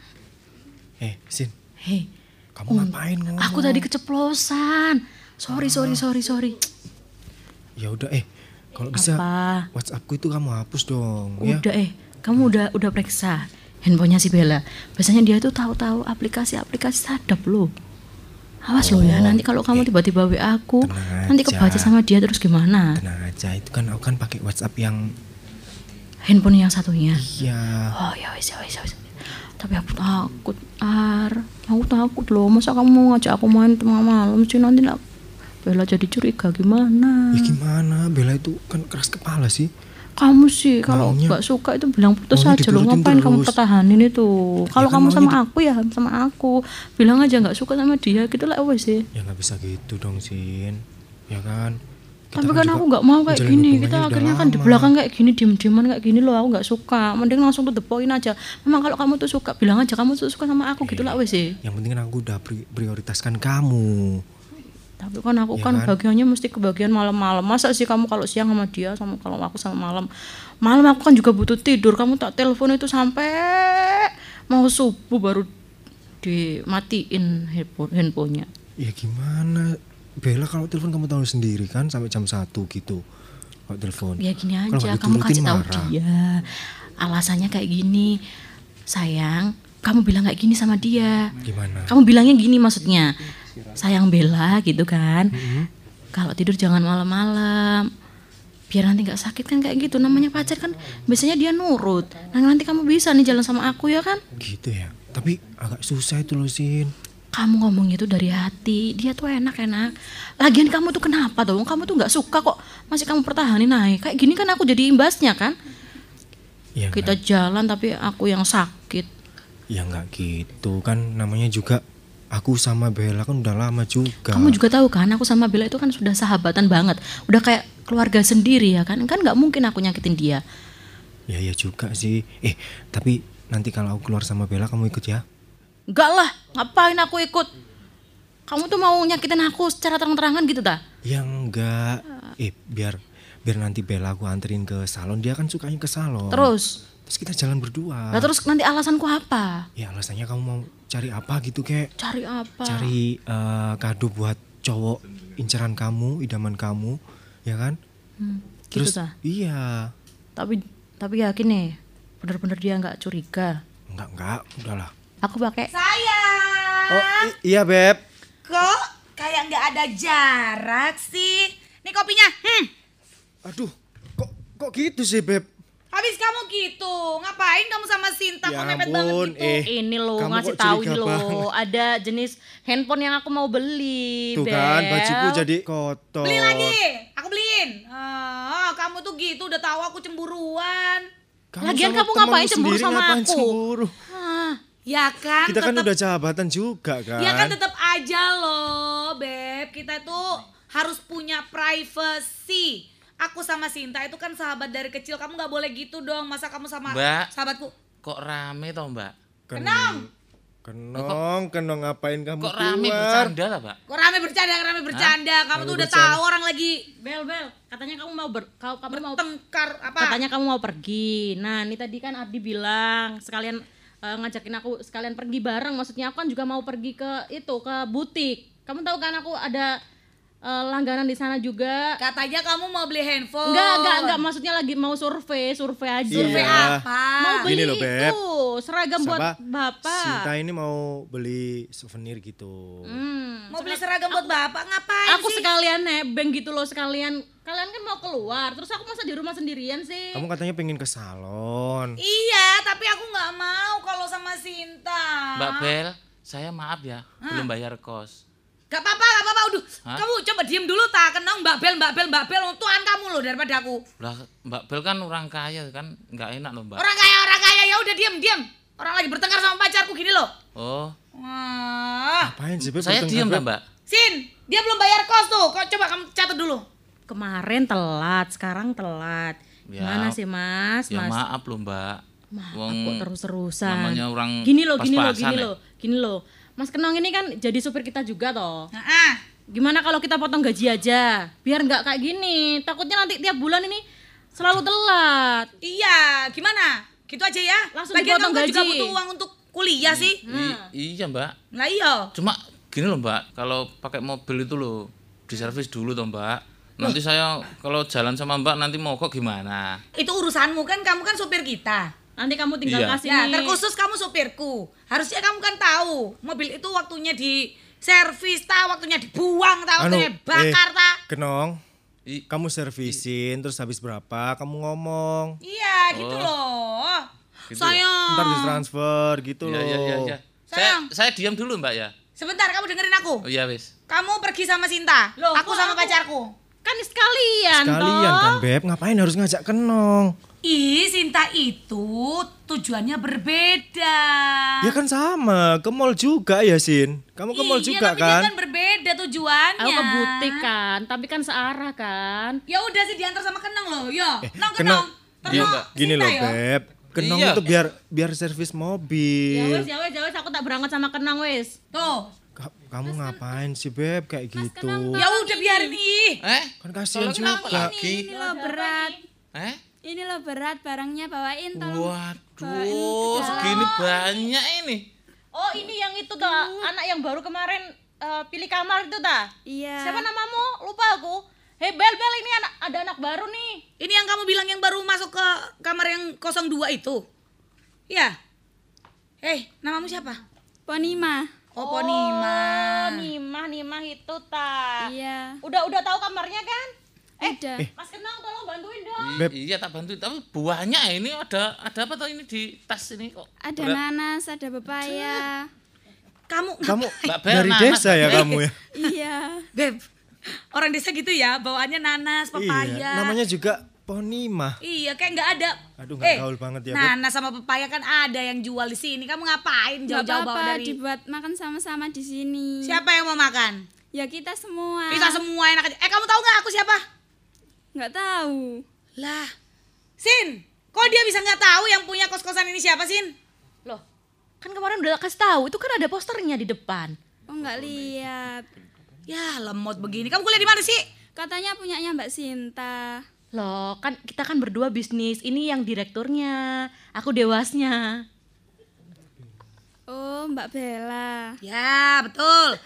Eh, Sin, Hei, kamu ngapain ngomong? aku tadi keceplosan. Sorry, sorry, sorry, sorry. Ya udah eh, kalau bisa Apa? WhatsAppku itu kamu hapus dong ya. Udah eh, kamu udah udah periksa handphonenya si Bella. Biasanya dia tuh tahu-tahu aplikasi-aplikasi sadap loh. Awas oh, loh ya, nanti kalau kamu tiba-tiba W A aku, nanti kebaca sama dia terus gimana? Tenang aja, itu kan aku kan pakai WhatsApp yang handphone yang satunya. Iya. Oh ya wis ya wis ya wis. Tapi aku takut, Ar. Aku takut loh, masa kamu mau ngajak aku main tengah malam sih, nanti nak Bella jadi curiga gimana? Ya gimana, Bella itu kan keras kepala sih. Kamu sih kalau nggak suka itu bilang putus aja loh, ngapain terus kamu pertahanin itu? Kalau ya, kamu sama di... aku ya sama aku, bilang aja nggak suka sama dia gitu lah wes sih. Ya nggak bisa gitu dong Sin, ya kan? Kita tapi kan aku nggak mau kayak gini, kita akhirnya kan di belakang kayak gini diem-dieman kayak gini loh, aku nggak suka. Mending langsung to the point aja. Memang kalau kamu tuh suka, bilang aja kamu tuh suka sama aku, gitu lah wes sih. Yang penting kan aku udah prioritaskan kamu. Tapi kan aku ya kan, kan bagiannya mesti kebagian malam-malam. Masa sih kamu kalau siang sama dia, sama kalau aku sama malam. Malam aku kan juga butuh tidur. Kamu tak telepon itu sampai mau subuh baru dimatiin handphone handphonenya. Ya gimana? Bella kalau telepon kamu tahu sendiri kan sampai jam satu gitu. Kalau telepon. Ya gini aja, kamu kasih tahu dia. Alasannya kayak gini. Sayang, kamu bilang kayak gini sama dia. Gimana? Kamu bilangnya gini maksudnya. Sayang Bella gitu kan. Mm-hmm. Kalau tidur jangan malam-malam. Biar nanti gak sakit kan kayak gitu. Namanya pacar kan biasanya dia nurut. Nah nanti kamu bisa nih jalan sama aku ya kan. Gitu ya. Tapi agak susah itu loh Sin. Kamu ngomongnya tuh dari hati. Dia tuh enak-enak. Lagian kamu tuh kenapa dong? Kamu tuh gak suka kok masih kamu pertahanin naik. Kayak gini kan aku jadi imbasnya kan. Ya, kita enggak. Jalan tapi aku yang sakit. Ya gak gitu kan. Namanya juga aku sama Bella kan udah lama juga. Kamu juga tahu kan, aku sama Bella itu kan sudah sahabatan banget. Udah kayak keluarga sendiri ya kan. Kan gak mungkin aku nyakitin dia. Ya ya juga sih. Eh tapi nanti kalau aku keluar sama Bella kamu ikut ya? Enggak lah, ngapain aku ikut? Kamu tuh mau nyakitin aku secara terang-terangan gitu ta? Ya enggak. Eh biar biar nanti Bella aku anterin ke salon. Dia kan sukanya ke salon. Terus? Terus kita jalan berdua. Nah terus nanti alasanku apa? Ya alasannya kamu mau cari apa gitu kek? Cari apa? Cari uh, kado buat cowok inceran kamu, idaman kamu, ya kan? Hmm, gitu terus ta? Iya. Tapi tapi yakin nih, bener-bener dia nggak curiga? Enggak enggak, udahlah. Aku pakai. Sayang. Oh i- iya beb. Kok kayak nggak ada jarak sih? Nih kopinya. Hmm. Aduh, kok kok gitu sih beb? Habis kamu gitu, ngapain kamu sama Sinta ya kok mepet banget gitu? Eh, ini loh ngasih tahu ini loh, ada jenis handphone yang aku mau beli. Tuh Bel. kan bajuku jadi kotor. Beli lagi, aku beliin. Oh, kamu tuh gitu, udah tahu aku cemburuan. Kamu Lagian kamu ngapain cemburu sama aku? Cemburu? Hah, ya kan. Kita tetep, kan udah sahabatan juga kan. Ya kan tetap aja loh, Beb. Kita tuh harus punya privacy. Aku sama Sinta itu kan sahabat dari kecil. Kamu gak boleh gitu dong. Masa kamu sama Mbak, sahabatku? Kok rame toh Mbak? Kenong. Kenong, kenong ngapain kamu kok rame keluar? bercanda lah Pak? Kok rame bercanda, rame bercanda. Hah? Kamu rame tuh udah bercanda. Tahu orang lagi. Bel, Bel. Katanya kamu mau ber, kamu, kamu mau bertengkar apa? Katanya kamu mau pergi. Nah, ini tadi kan Ardi bilang sekalian uh, ngajakin aku sekalian pergi bareng. Maksudnya aku kan juga mau pergi ke itu, ke butik. Kamu tahu kan aku ada Uh, langganan di sana juga. Katanya kamu mau beli handphone. Enggak, enggak, enggak. Maksudnya lagi mau survei, survei aja. Survei iya. apa? Mau beli loh, Beb. itu seragam Siapa? buat bapak. Sinta ini mau beli souvenir gitu. Hmm. Mau beli seragam buat bapak ngapain Aku sih? sekalian nebeng gitu loh, sekalian. Kalian kan mau keluar, terus aku masa di rumah sendirian sih. Kamu katanya pengen ke salon. Iya, tapi aku nggak mau kalau sama Sinta. Mbak Bel, saya maaf ya, Hah? belum bayar kos. Gak apa-apa, gak apa-apa, udah. Hah? Kamu coba diem dulu tak, kenang Mbak Bel, Mbak Bel, Mbak Bel, untukan kamu loh daripada aku. Lah, Mbak Bel kan orang kaya kan, nggak enak loh Mbak. Orang kaya, orang kaya, ya udah diem, diem. Orang lagi bertengkar sama pacarku gini loh. Oh. Wah. Apain sih Beb? Saya diem lah Mbak. Sin, dia belum bayar kos tuh. Kok coba kamu catat dulu. Kemarin telat, sekarang telat. Ya, Gimana sih Mas? Ya Mas. maaf loh Mbak. Maaf Wong kok terus-terusan. Namanya orang gini loh, gini loh, gini ya? loh, gini loh. Mas Kenong ini kan jadi supir kita juga toh. Nah, gimana kalau kita potong gaji aja? Biar nggak kayak gini. Takutnya nanti tiap bulan ini selalu telat. Iya, gimana? Gitu aja ya. Langsung Lagian dipotong kamu gaji. juga butuh uang untuk kuliah I, sih. I, Hmm. Iya Mbak. Nah iya. Cuma gini loh Mbak, kalau pakai mobil itu loh diservis dulu toh Mbak. Nanti saya kalau jalan sama Mbak nanti mogok gimana? Itu urusanmu kan, kamu kan supir kita. Nanti kamu tinggal Iya. kasih Ya, nih. terkhusus kamu supirku. Harusnya kamu kan tahu, mobil itu waktunya di servis ta, waktunya dibuang ta, Anu, waktunya bakar ta. Kenong, kamu servisin terus habis berapa kamu ngomong. Iya, gitu Oh. loh. Gitu Sayang. Ntar ditransfer gitu Iya, loh. iya, iya, iya. Saya Sayang. saya diam dulu, Mbak ya. Sebentar, kamu dengerin aku. Oh iya, wis. Kamu pergi sama Sinta, Loh, aku kok sama aku- pacarku. Kan sekalian, Sekalian toh. kan Beb, ngapain harus ngajak Kenong? Ih, Sinta itu tujuannya berbeda. Ya kan sama, ke mall juga ya Sin. Kamu ke mall Iya, juga tapi kan? dia kan berbeda tujuannya. Aku ke butik kan, tapi kan searah kan. Ya udah sih diantar sama Kenang loh, yo. Nong Kenong, Kenong. gini, Terno gini Sinta loh yo. Beb. Kenong Iya. itu biar biar servis Ya mobil. wes, ya wes, ya wes, aku tak berangkat sama Kenang wes. Tuh. Ka- Kamu ngapain sih Beb kayak gitu? Ya udah biarin ih. Eh? Kan kasihan Tolong kenapa juga. lagi? Ini loh berat. Eh? Ini loh berat barangnya bawain tolong. Waduh, segini banyak ini. Oh, ini yang itu tuh, anak yang baru kemarin eh, pilih kamar itu ta? Iya. Siapa namamu? Lupa aku. Hei Bel, Bel, ini anak ada anak baru nih. Ini yang kamu bilang yang baru masuk ke kamar yang nol dua itu. Ya. Eh, namamu siapa? Ponima. Oh, Ponima. Oh, Nimah, Nimah itu ta. Iya. Udah udah tahu kamarnya kan? Eh, Udah. Mas Kenang tolong bantuin dong. Beb. Iya, tak bantu. Tapi buahnya ini ada ada apa tuh ini di tas ini kok? Ada berat? nanas, ada pepaya. Kamu Kamu Mbak Bel, dari nanas, desa ya Mbak Bel. kamu ya? Iya. Beb. Orang desa gitu ya, bawaannya nanas, pepaya. Iya, namanya juga Ponima. Iya, kayak nggak ada. Aduh, nggak gaul banget ya, Beb. Nanas sama pepaya kan ada yang jual di sini. Kamu ngapain Gak jauh-jauh bawa apa-apa, dari? dibuat makan sama-sama di sini. Siapa yang mau makan? Ya kita semua. Kita semua enak aja. Eh, kamu tahu nggak aku siapa? Nggak tahu. Lah, Sin, kok dia bisa nggak tahu yang punya kos-kosan ini siapa, Sin? Loh, kan kemarin udah kasih tahu, itu kan ada posternya di depan. Oh nggak lihat. Ya, lemot begini. Kamu kuliah di mana sih? Katanya punyanya Mbak Sinta. Loh, kan kita kan berdua bisnis. Ini yang direkturnya, aku dewasnya. Oh Mbak Bella. Ya, betul.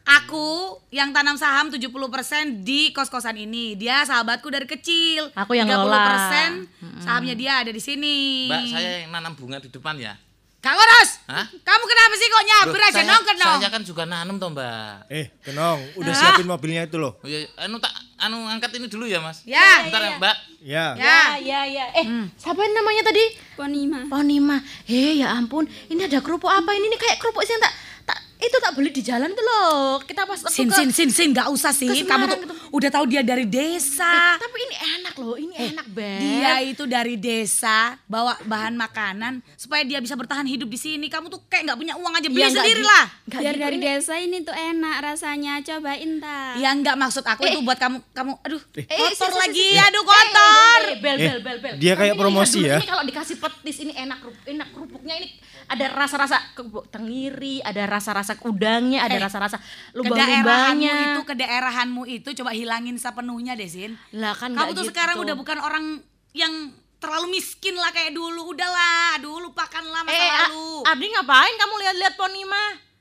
Aku yang tanam saham tujuh puluh persen di kos-kosan ini. Dia sahabatku dari kecil. Aku yang tiga puluh ngelola. persen sahamnya dia ada di sini. Mbak, saya yang nanam bunga di depan ya. Kang Oros, Hah? kamu kenapa sih kok nyaber Loh, aja saya, nong kenong? Saya kan juga nanam toh, Mbak. Eh, Kenong, udah Hah? siapin mobilnya itu loh. Oh, iya, anu tak anu angkat ini dulu ya, Mas. Ya. Bentar ya, Mbak. Ya. Ya, ya, ya. Eh, siapa namanya tadi? Ponima. Ponima. Eh, ya ampun, ini ada kerupuk apa ini? Ini kayak kerupuk sih yang tak tak itu tak beli di jalan tuh loh. Kita pas Sin, sin, sin, sin, gak usah sih. ke Kamu tuh Semarang gitu. udah tahu dia dari desa. Eh, tapi ini enak loh, ini enak banget. Dia itu dari desa bawa bahan makanan supaya dia bisa bertahan hidup di sini. Kamu tuh kayak nggak punya uang aja, beli Ya, nggak sendiri gitu. lah. Nggak Biar gitu, dari ini- desa ini tuh enak rasanya. Cobain ta. Ya nggak maksud aku itu buat kamu kamu aduh Eh, kotor si, si, lagi, si, si. aduh kotor. Eh, eh, bel, Eh, bel, bel, bel. dia kayak Kamu ini promosi lihat dulu, ya. Ini kalau dikasih petis ini enak, kerup- enak kerupuknya ini ada rasa-rasa kerupuk tengiri, ada rasa-rasa udangnya, ada Eh, rasa-rasa Kedaerahanmu lubang-lubangnya. itu, kedaerahanmu itu coba hilangin sepenuhnya deh, Sin. Lah kan Kamu nggak tuh gitu. sekarang udah bukan orang yang terlalu miskin lah kayak dulu. Udahlah, aduh lupakanlah masa Eh, A- lalu. Ardi ngapain kamu lihat-lihat Ponima?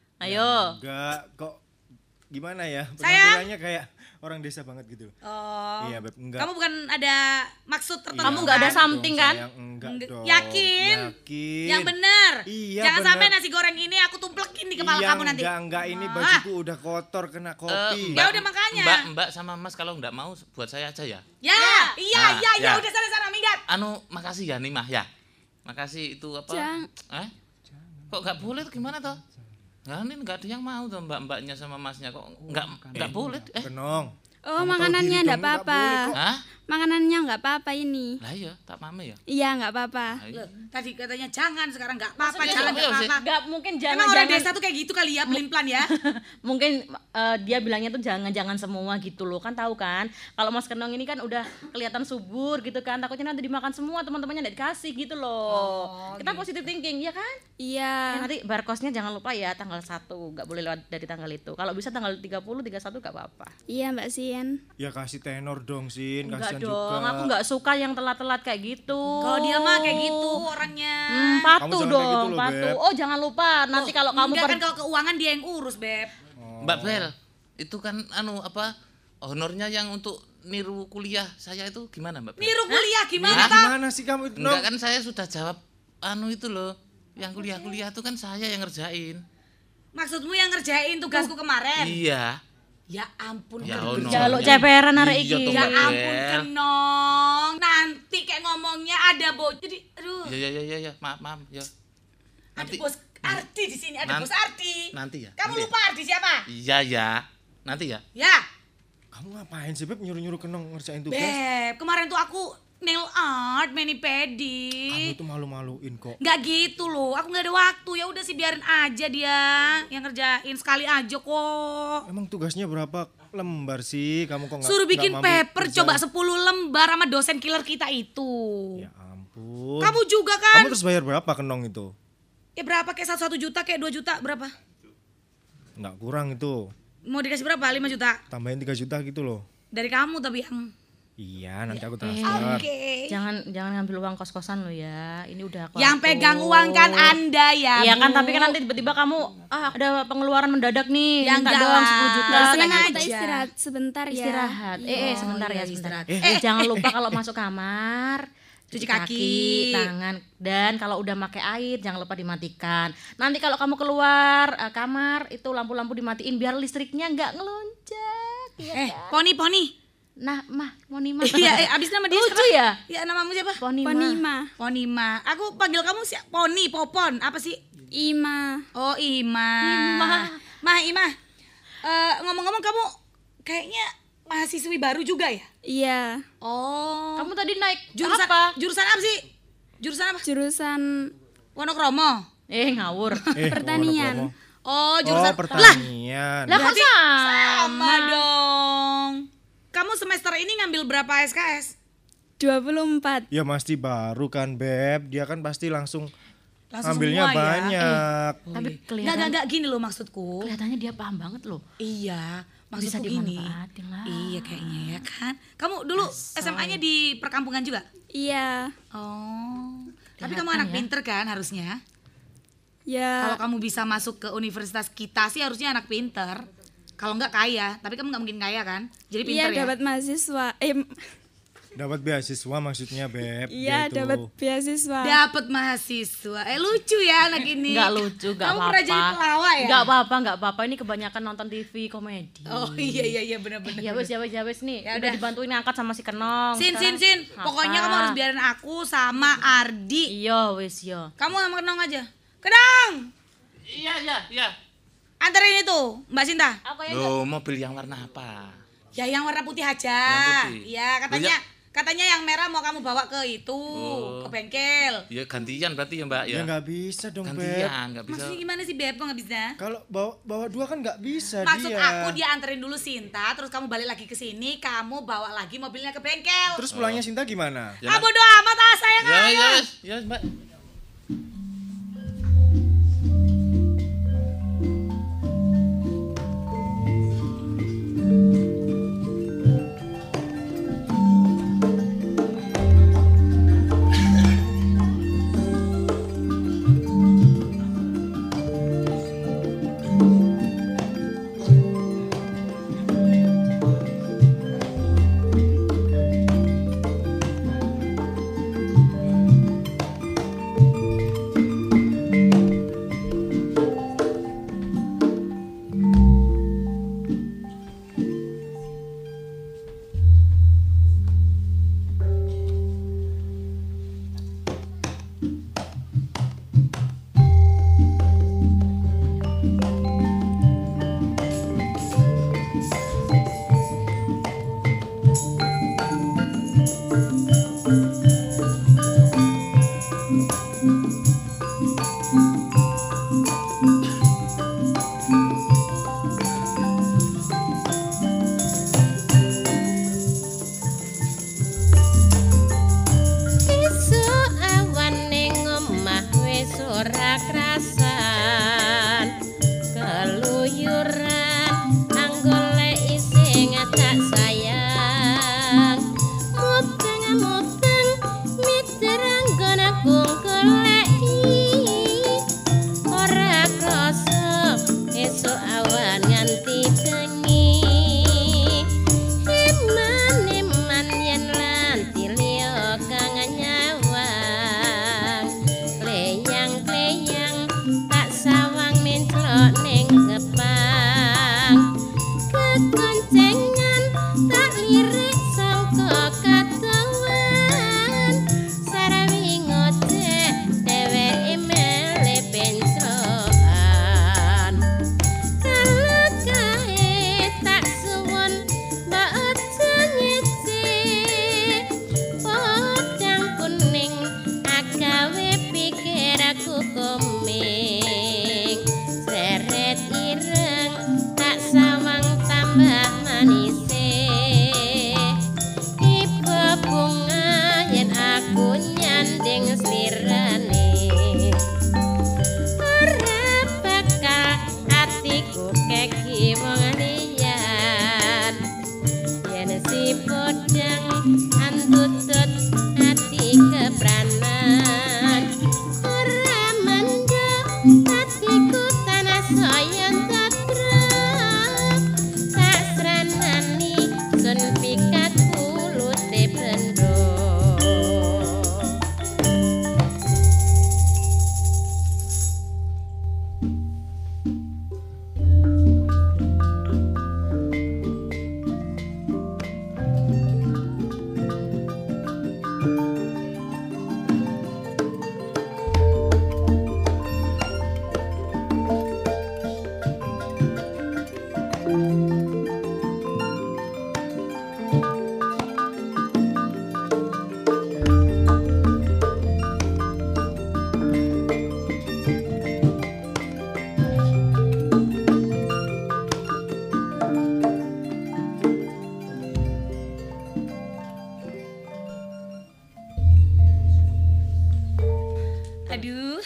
Ayo. Enggak, kok gimana ya? Sayang. Penampilannya kayak orang desa banget gitu. Oh. Iya, Beb, enggak. Kamu bukan ada maksud tertentu. Kamu nggak ada kan? something kan? Sayang, enggak Enggak. dong. Yakin? Yakin. Yang bener. Iya, Jangan bener. sampai nasi goreng ini aku tumplekin di kepala Iya, kamu nanti. Enggak, enggak, ini Ah. bajuku udah kotor kena kopi. Ya udah makanya. Mbak, Mbak sama Mas kalau nggak mau buat saya aja ya. Ya, iya, Ah, iya, iya, ya. udah sana-sana minggat. Anu, makasih ya Nimah ya. Makasih itu apa? Jang. Eh? Kok nggak boleh tuh gimana toh? Nggak, ini nggak ada yang mau tuh mbak-mbaknya sama masnya kok nggak nggak boleh. Eh, Kenong. Oh Kamu tahu makanannya diri enggak kamu nggak boleh apa-apa. kok. Hah? Makanannya enggak apa-apa ini. Lah iya, tak paham ya. Iya enggak apa-apa. Loh, tadi katanya jangan, sekarang nggak apa-apa, Maksudnya jalan apa nggak sih? apa-apa. Nggak mungkin jangan Emang orang jangan- desa tuh kayak gitu kali ya, pelin-pelan ya. Mungkin eh, dia bilangnya tuh jangan-jangan semua gitu loh, kan tahu kan kalau Mas Kenong ini kan udah kelihatan subur gitu kan, takutnya nanti dimakan semua teman-temannya nggak dikasih gitu loh. Kita positive thinking ya kan. Iya. Eh, nanti barcode-nya jangan lupa ya tanggal satu, nggak boleh lewat dari tanggal itu. Kalau bisa tanggal tiga puluh, tiga puluh satu nggak apa-apa. Iya Mbak Sien. Ya kasih tenor dong, Sin. Enggak Kasihan dong, juga. aku nggak suka yang telat-telat kayak gitu. Kalau dia mah kayak gitu orangnya. Hmm, Kamu patuh jangan kayak dong, gitu loh, patuh. Beb. Oh jangan lupa nanti kalau kamu Enggak kan per- kalau keuangan dia yang urus, Beb. Mbak Bel, itu kan anu apa? Honornya yang untuk niru kuliah saya itu gimana Mbak Bel? Niru kuliah gimana Nah, tak? gimana sih kamu itu? Enggak kan saya sudah jawab anu itu loh, yang kuliah-kuliah itu kan saya yang ngerjain. Maksudmu yang ngerjain tugasku kemarin? Iya. Ya ampun, ya ono. Jaluk ceperan arek iki. Ya ampun Kenong. Nanti kayak ngomongnya ada bos. Jadi aduh. Ya ya ya ya, maaf maaf ya. Nanti ada bos Ardi di sini, ada nanti, bos Ardi. Nanti ya. Kamu nanti lupa ya. Ardi siapa? Iya ya. Nanti ya. Ya. Kamu ngapain sih Beb nyuruh-nyuruh Kenong ngerjain tugas? Beb, kemarin tuh aku nail art, mani pedi. Kamu tuh malu-maluin kok. Nggak gitu loh, aku nggak ada waktu. Ya udah sih biarin aja dia yang ngerjain sekali aja kok. Emang tugasnya berapa lembar sih? Kamu kok nggak suruh bikin nggak paper kerjain? coba sepuluh lembar sama dosen killer kita itu. Ya ampun. Kamu juga kan? Kamu terus bayar berapa Kenong itu? Ya berapa kayak satu satu juta kayak dua juta berapa? Nggak kurang itu. Mau dikasih berapa? lima juta. Tambahin tiga juta gitu loh. Dari kamu tapi yang Iya, nanti aku Eh, transfer. Oke. Jangan jangan ngambil uang kos-kosan lo ya. Ini udah aku yang atur. pegang uang kan Anda ya. Iya kan, Bu. tapi kan nanti tiba-tiba kamu ah ada pengeluaran mendadak nih. Ya minta enggak doang lah. sepuluh juta. Langsung kayak aja. gitu. Kita istirahat sebentar ya. Istirahat. Eh, eh sebentar iya, ya, sebentar. istirahat. Eh, eh, jangan lupa kalau masuk kamar Cuci kaki. tangan, dan kalau udah pakai air jangan lupa dimatikan. Nanti kalau kamu keluar uh, kamar itu lampu-lampu dimatiin biar listriknya nggak ngelonjak. Ya Eh, kan? Poni Poni. Nah, mah, Poni mah. Iya, eh, abis nama dia Lucu siapa? ya? Ya namamu siapa? Poni Ponima. Ponima. Aku panggil kamu si Poni, Popon. Apa sih? Ima. Oh, Ima. Ima. Mah, Ima. Eh, ngomong-ngomong kamu kayaknya mahasiswi baru juga ya? Iya. Oh. Kamu tadi naik Jurusan apa? Jurusan apa sih? Jurusan apa? Jurusan Wonokromo. Eh, ngawur. Eh, pertanian. Oh, jurusan Oh, pertanian. Lah kok Berarti sama? sama dong. Kamu semester ini ngambil berapa S K S? dua puluh empat. Ya pasti baru kan Beb, dia kan pasti langsung, Langsung ambilnya semua ya? banyak. Tapi Enggak, kelihatan enggak, enggak gini loh maksudku. kelihatannya dia paham banget loh. Iya, Bisa maksudku gini. dimanfaatin lah. Iya kayaknya ya kan. Kamu dulu S M A-nya di perkampungan juga? Iya. Oh. Tapi Kelihatan kamu anak ya. pinter kan harusnya? Ya. Kalau kamu bisa masuk ke universitas kita sih harusnya anak pinter. Kalau enggak kaya, tapi kamu nggak mungkin kaya kan? Jadi pinter Iya, ya? dapat mahasiswa. Eh, Dapat beasiswa maksudnya Beb. iya, dia itu. dapat beasiswa. Dapat mahasiswa. Eh lucu ya anak ini. Enggak lucu, enggak Kamu apa-apa. pernah jadi pelawak ya? Enggak apa-apa, enggak apa-apa. Ini kebanyakan nonton T V komedi. Oh iya iya iya benar-benar. Ya wes, ya wes, ya wes nih. Ya udah udah. dibantuin ngangkat sama si Kenong. Sin sin Sekarang sin. apa? Pokoknya kamu harus biarin aku sama Ardi. Iya wes yo. Kamu sama Kenong aja. Kenong. Iya iya iya. Anterin itu Mbak Sinta. Aku ya Loh, mobil yang warna apa? Ya yang warna putih aja. Yang putih. Iya katanya katanya yang merah mau kamu bawa ke itu Oh. ke bengkel. Ya gantian berarti ya Mbak ya. Ya nggak bisa dong Beb. Gantian, nggak bisa. Maksudnya gimana sih Beb? Kok nggak bisa? Kalau bawa bawa dua kan nggak bisa Maksud dia. aku dia anterin dulu Sinta, terus kamu balik lagi ke sini, kamu bawa lagi mobilnya ke bengkel. Terus pulangnya Sinta gimana? Ya, Ah bodo amat ah sayang Ya ayo. ya ya Mbak.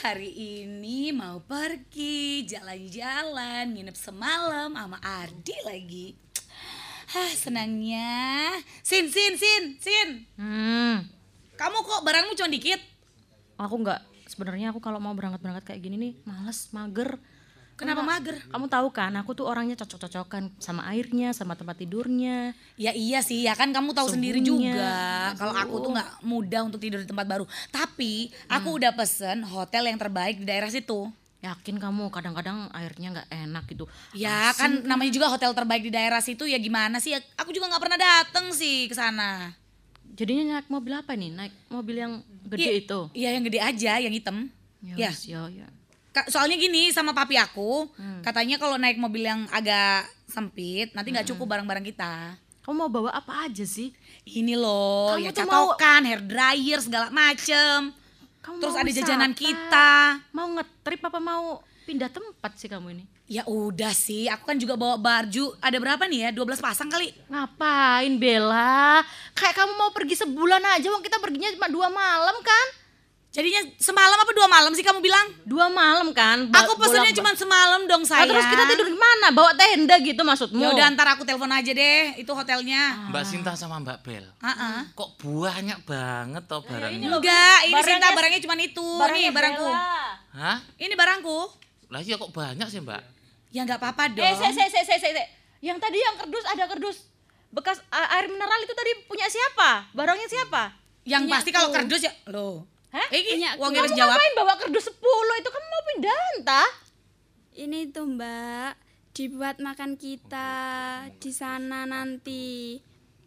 hari ini mau pergi jalan-jalan, nginep semalam sama Ardi lagi. Hah, senangnya. Sin, Sin, Sin, Sin. Hmm. Kamu kok barangmu cuma dikit? Aku nggak, sebenarnya aku kalau mau berangkat-berangkat kayak gini nih males, mager. Kenapa Karena mager? Kamu tahu kan, aku tuh orangnya cocok-cocokan sama airnya, sama tempat tidurnya. Ya iya sih, ya kan kamu tahu sendiri Suhunya. juga. Kalau aku tuh nggak mudah untuk tidur di tempat baru. Tapi aku udah pesen hotel yang terbaik di daerah situ. Yakin kamu kadang-kadang airnya nggak enak gitu. Ya kan Asin namanya juga hotel terbaik di daerah situ, ya gimana sih? Aku juga nggak pernah dateng sih ke sana. Jadinya naik mobil apa nih? Naik mobil yang gede Iya, itu? Iya yang gede aja, yang hitam. Ya, Ya. wis, ya, ya. Ka- Soalnya gini sama papi aku, Hmm. katanya kalau naik mobil yang agak sempit nanti nggak cukup barang-barang kita. Kamu mau bawa apa aja sih? Ini loh, Kamu ya tuh mau- catokan, hair dryer segala macem. Kamu Terus mau ada jajanan wisata? kita. Mau ngetrip apa mau pindah tempat sih kamu ini? Ya udah sih, aku kan juga bawa baju. Ada berapa nih ya? dua belas pasang kali. Ngapain Bella? Kayak kamu mau pergi sebulan aja, wong kita perginya cuma dua malam kan? Jadinya semalam apa dua malam sih kamu bilang? Dua malam kan? Ba- Aku pesennya bolak- cuma semalam dong Nah, sayang. terus kita tidur di mana? Bawa tenda gitu maksudmu? Ya udah ntar aku telepon aja deh, itu hotelnya. Mbak Sinta sama Mbak Bel. Heeh. Kok banyak banget toh barangnya? Enggak, ini barangnya- Sinta barangnya cuma itu. barangnya Nih barangku. Bella. Hah? Ini barangku. Lah iya kok banyak sih Mbak? Ya nggak apa-apa dong. Eh, se, se, se, se, se, se. Yang tadi yang kerdus, ada kerdus bekas a- air mineral itu tadi punya siapa? Barangnya siapa? Yang Punyaku. pasti kalau kardus ya, loh. Hah? Eh, ini Punyaku. uang Kamu harus jawab. ngapain bawa kerdus sepuluh? Itu kamu mau pindah entah? Ini tuh Mbak, dibuat makan kita di sana nanti.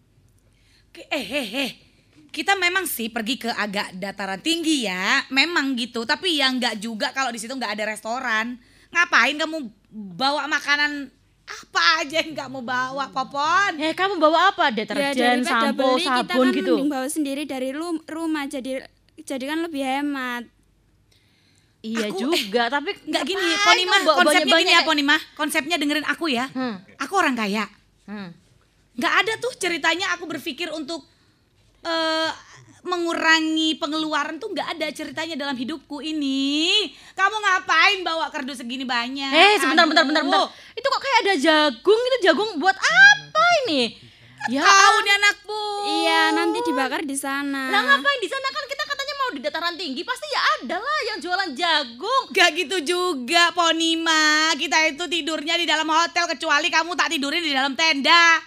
Ke- Eh, eh, eh. Kita memang sih pergi ke agak dataran tinggi ya, memang gitu. Tapi ya nggak juga kalau di situ nggak ada restoran. Ngapain kamu bawa makanan apa aja yang nggak mau bawa, Popon? Eh, kamu bawa apa? Ya Deterjen, daripada sampo, beli kita sabun kan gitu. mending bawa sendiri dari lu- rumah jadi jadi kan lebih hemat. Iya Aku- juga, tapi Nggak gini, ngapain Ponimah, kamu bawa konsepnya banyak-banyak gini ya kayak- Ponimah. Konsepnya dengerin aku ya. Hmm. Aku orang kaya. Hmm. Nggak ada tuh ceritanya aku berpikir untuk eh mengurangi pengeluaran tuh nggak ada ceritanya dalam hidupku ini. Kamu ngapain bawa kardus segini banyak? Eh, sebentar, bentar, bentar, Aduh. bentar. Itu kok kayak ada jagung, itu jagung buat apa ini? Ya, Tahu nih anakku. Iya, nanti dibakar di sana. lah ngapain di sana kan kita katanya mau di dataran tinggi, pasti ya ada lah yang jualan jagung. Gak gitu juga, Ponima. Kita itu tidurnya di dalam hotel kecuali kamu tak tidurin di dalam tenda.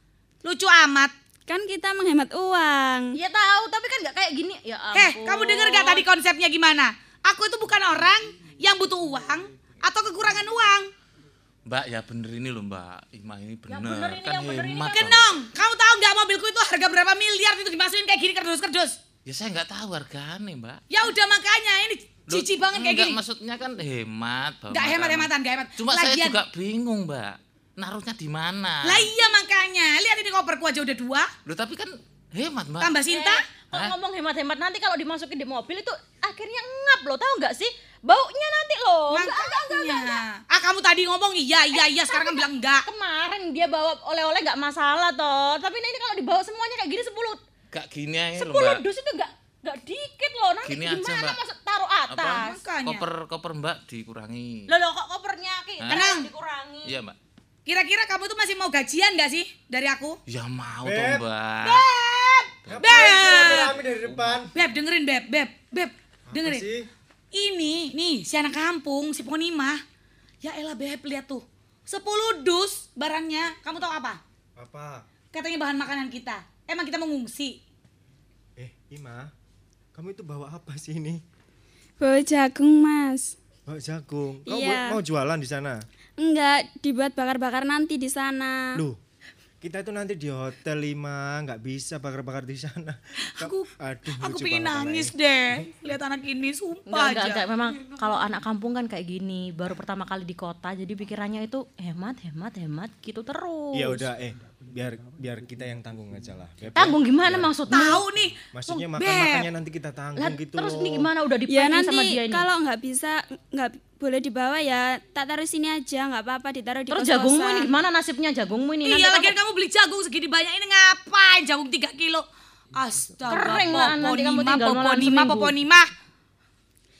Lucu amat. Kan kita menghemat uang. Ya tahu, tapi kan nggak kayak gini. Ya ampun. Eh, kamu denger gak tadi konsepnya gimana? Aku itu bukan orang yang butuh uang atau kekurangan uang. Mbak ya bener ini loh Mbak. Ima ini bener. bener ini, kan yang bener ini hemat. kan. loh. Kenong, kamu tahu nggak mobilku itu harga berapa miliar itu dimasukin kayak gini kardus-kardus? Ya saya nggak tahu harganya Mbak. Ya udah makanya ini Loh, cici banget kayak enggak, gini. maksudnya kan hemat. bawa Nggak makanan. hemat-hematan, nggak hemat. Cuma saya Lagian- juga bingung Mbak. Naruhnya di mana? Lah iya makanya, lihat ini koperku aja udah dua. Loh tapi kan hemat Mbak. Tambah Sinta. Eh, kok Hah? ngomong hemat-hemat, nanti kalau dimasukin di mobil itu akhirnya ngap loh, tahu nggak sih? Baunya nanti loh. Enggak, enggak, enggak, enggak, enggak. Makanya. Ah kamu tadi ngomong iya iya iya sekarang kan bilang enggak. Kemarin dia bawa oleh-oleh nggak masalah toh, tapi ini kalau dibawa semuanya kayak gini sepuluh Gak gini aja loh sepuluh Mbak. dus itu nggak nggak dikit loh. Nanti Gini aja, gimana Mbak. masuk taruh Apa? atas? Makanya. Koper koper Mbak dikurangi. Loh, loh kok kopernya kita Hah? Tenang. dikurangi. Iya Mbak. Kira-kira kamu tuh masih mau gajian nggak sih dari aku? Ya mau Beb. toh Mbak. Beb, Rame dari depan. Beb dengerin Beb, Beb, Beb, dengerin. sih? Ini nih si anak kampung, si Ponima. Ya elah Beb, lihat tuh. sepuluh dus barangnya. Kamu tahu apa? Apa? Katanya bahan makanan kita. Emang kita mau ngungsi? Eh, Ima, kamu itu bawa apa sih ini? Bawa jagung, Mas. Bawa jagung. Kau Iya. mau jualan di sana? Enggak, dibuat bakar-bakar nanti di sana. Loh, kita itu nanti di hotel Lima, nggak bisa bakar-bakar di sana. Aku Aduh, aku lucu pengen banget nangis anaknya. deh. Lihat anak ini sumpah Enggak, aja. enggak, enggak. Memang kalau anak kampung kan kayak gini, baru pertama kali di kota, jadi pikirannya itu hemat, hemat, hemat gitu terus. Ya udah, eh biar biar kita yang tanggung aja lah. Beb, ya. Tanggung gimana Biar- maksudmu? Tahu nih. Maksudnya Beb. makan-makannya nanti kita tanggung Lah, gitu terus loh. nih gimana udah Ya diplanning nanti sama dia ini? kalau nggak bisa nggak boleh dibawa ya tak taruh sini aja nggak apa-apa ditaruh di Terus kos-kosan. jagungmu ini gimana nasibnya jagungmu ini? Iya, Nanti lagian kamu beli jagung segini banyak ini ngapain? Jagung tiga kilo. Astaga. Kering lah, nanti kamu Poponima, tinggal nolan Poponima, seminggu. Poponima.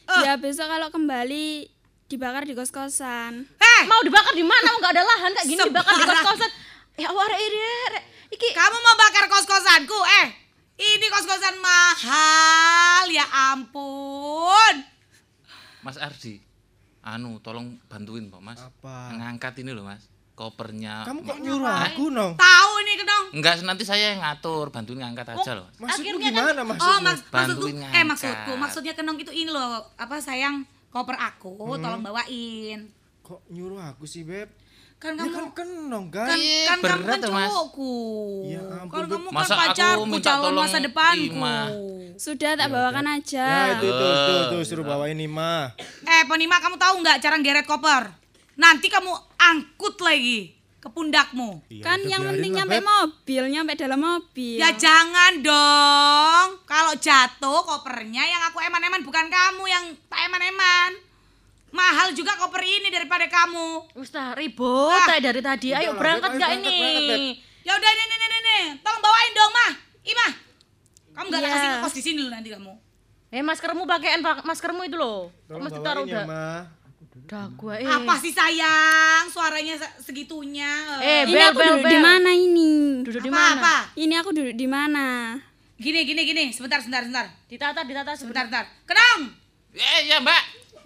Ya besok kalau kembali dibakar di kos-kosan. Eh, mau dibakar di mana? Enggak ada lahan kayak gini dibakar di Sembarang. kos-kosan. Ya ware ini. Iki Kamu mau bakar kos-kosanku? Eh, ini kos-kosan mahal, ya ampun. Mas Ardi, anu tolong bantuin Pak Mas. Apa? Ngangkat ini loh Mas, kopernya. Kamu kok nyuruh aku, Nong? Tahu ini Kenong. Enggak, nanti saya yang ngatur, bantuin ngangkat aja loh. Maksudmu Akhirnya gimana kan, maksudmu? Oh, maks maksudku, Bantuin eh ngangkat. maksudku, maksudnya Kenong itu ini loh, apa sayang koper aku, Hmm. tolong bawain. Kok nyuruh aku sih, Beb? Kan Ya kamu kan kenong kan? kan, Ih, kan kamu berat kan ya, Mas. cowokku. Ya ampun, Kan Beb. kamu kan Masa aku pacarku, minta calon tolong masa depanku. Ima? Sudah tak bawakan aja. Ya itu tuh, tuh, tuh suruh bawain Ima. Eh, Ponima, kamu tahu nggak cara geret koper? Nanti kamu angkut lagi ke pundakmu. Kan udah yang biarin penting lah, nyampe Beb. mobil, nyampe dalam mobil. Ya jangan dong. Kalau jatuh kopernya yang aku eman-eman, bukan kamu yang tak eman-eman. Mahal juga koper ini daripada kamu. Ustaz ribut Ah. kayak dari tadi. Ayo Udah lah, berangkat Beb, enggak ayo ini? berangkat, berangkat, Ya udah nih nih nih nih, nih. Tolong bawain dong, Mah. Ima. Kamu nggak Iya. kasih kos di sini dulu nanti kamu. Eh maskermu pakaian pak- maskermu itu loh. Kok Tolong mesti taruh bawain ya, udah. Ma. Udah gua eh. Apa sih sayang? Suaranya se- segitunya. Eh, Ini bel aku bel duduk di bel. mana ini? Duduk di Apa, mana? apa? Ini aku duduk di mana? Gini gini gini, sebentar sebentar sebentar. Ditata ditata Sebentar sebentar. sebentar. Kenong. Eh, ya Mbak.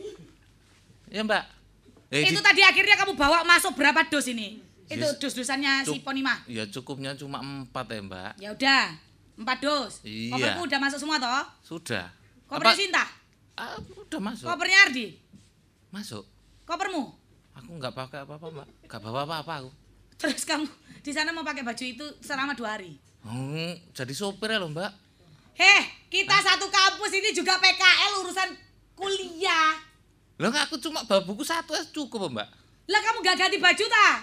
Ya Mbak. Eh, Itu di- tadi akhirnya kamu bawa masuk berapa dos ini? Itu Yes. dos-dosannya si Cuk- Ponima. Ya cukupnya cuma empat ya Mbak. Ya udah, empat dos. Iya. Koperku udah masuk semua toh? Sudah. Kopernya Apa- Sinta? Ah, udah masuk. Kopernya Ardi? Masuk. Kopermu? Aku nggak pakai apa-apa Mbak. Nggak bawa apa-apa aku. Terus kamu di sana mau pakai baju itu selama dua hari? Hmm, jadi sopir ya loh Mbak. Heh, kita satu kampus ini juga P K L urusan kuliah. Lah nggak, aku cuma bawa buku satu aja cukup Mbak. Lah kamu gak ganti baju tak?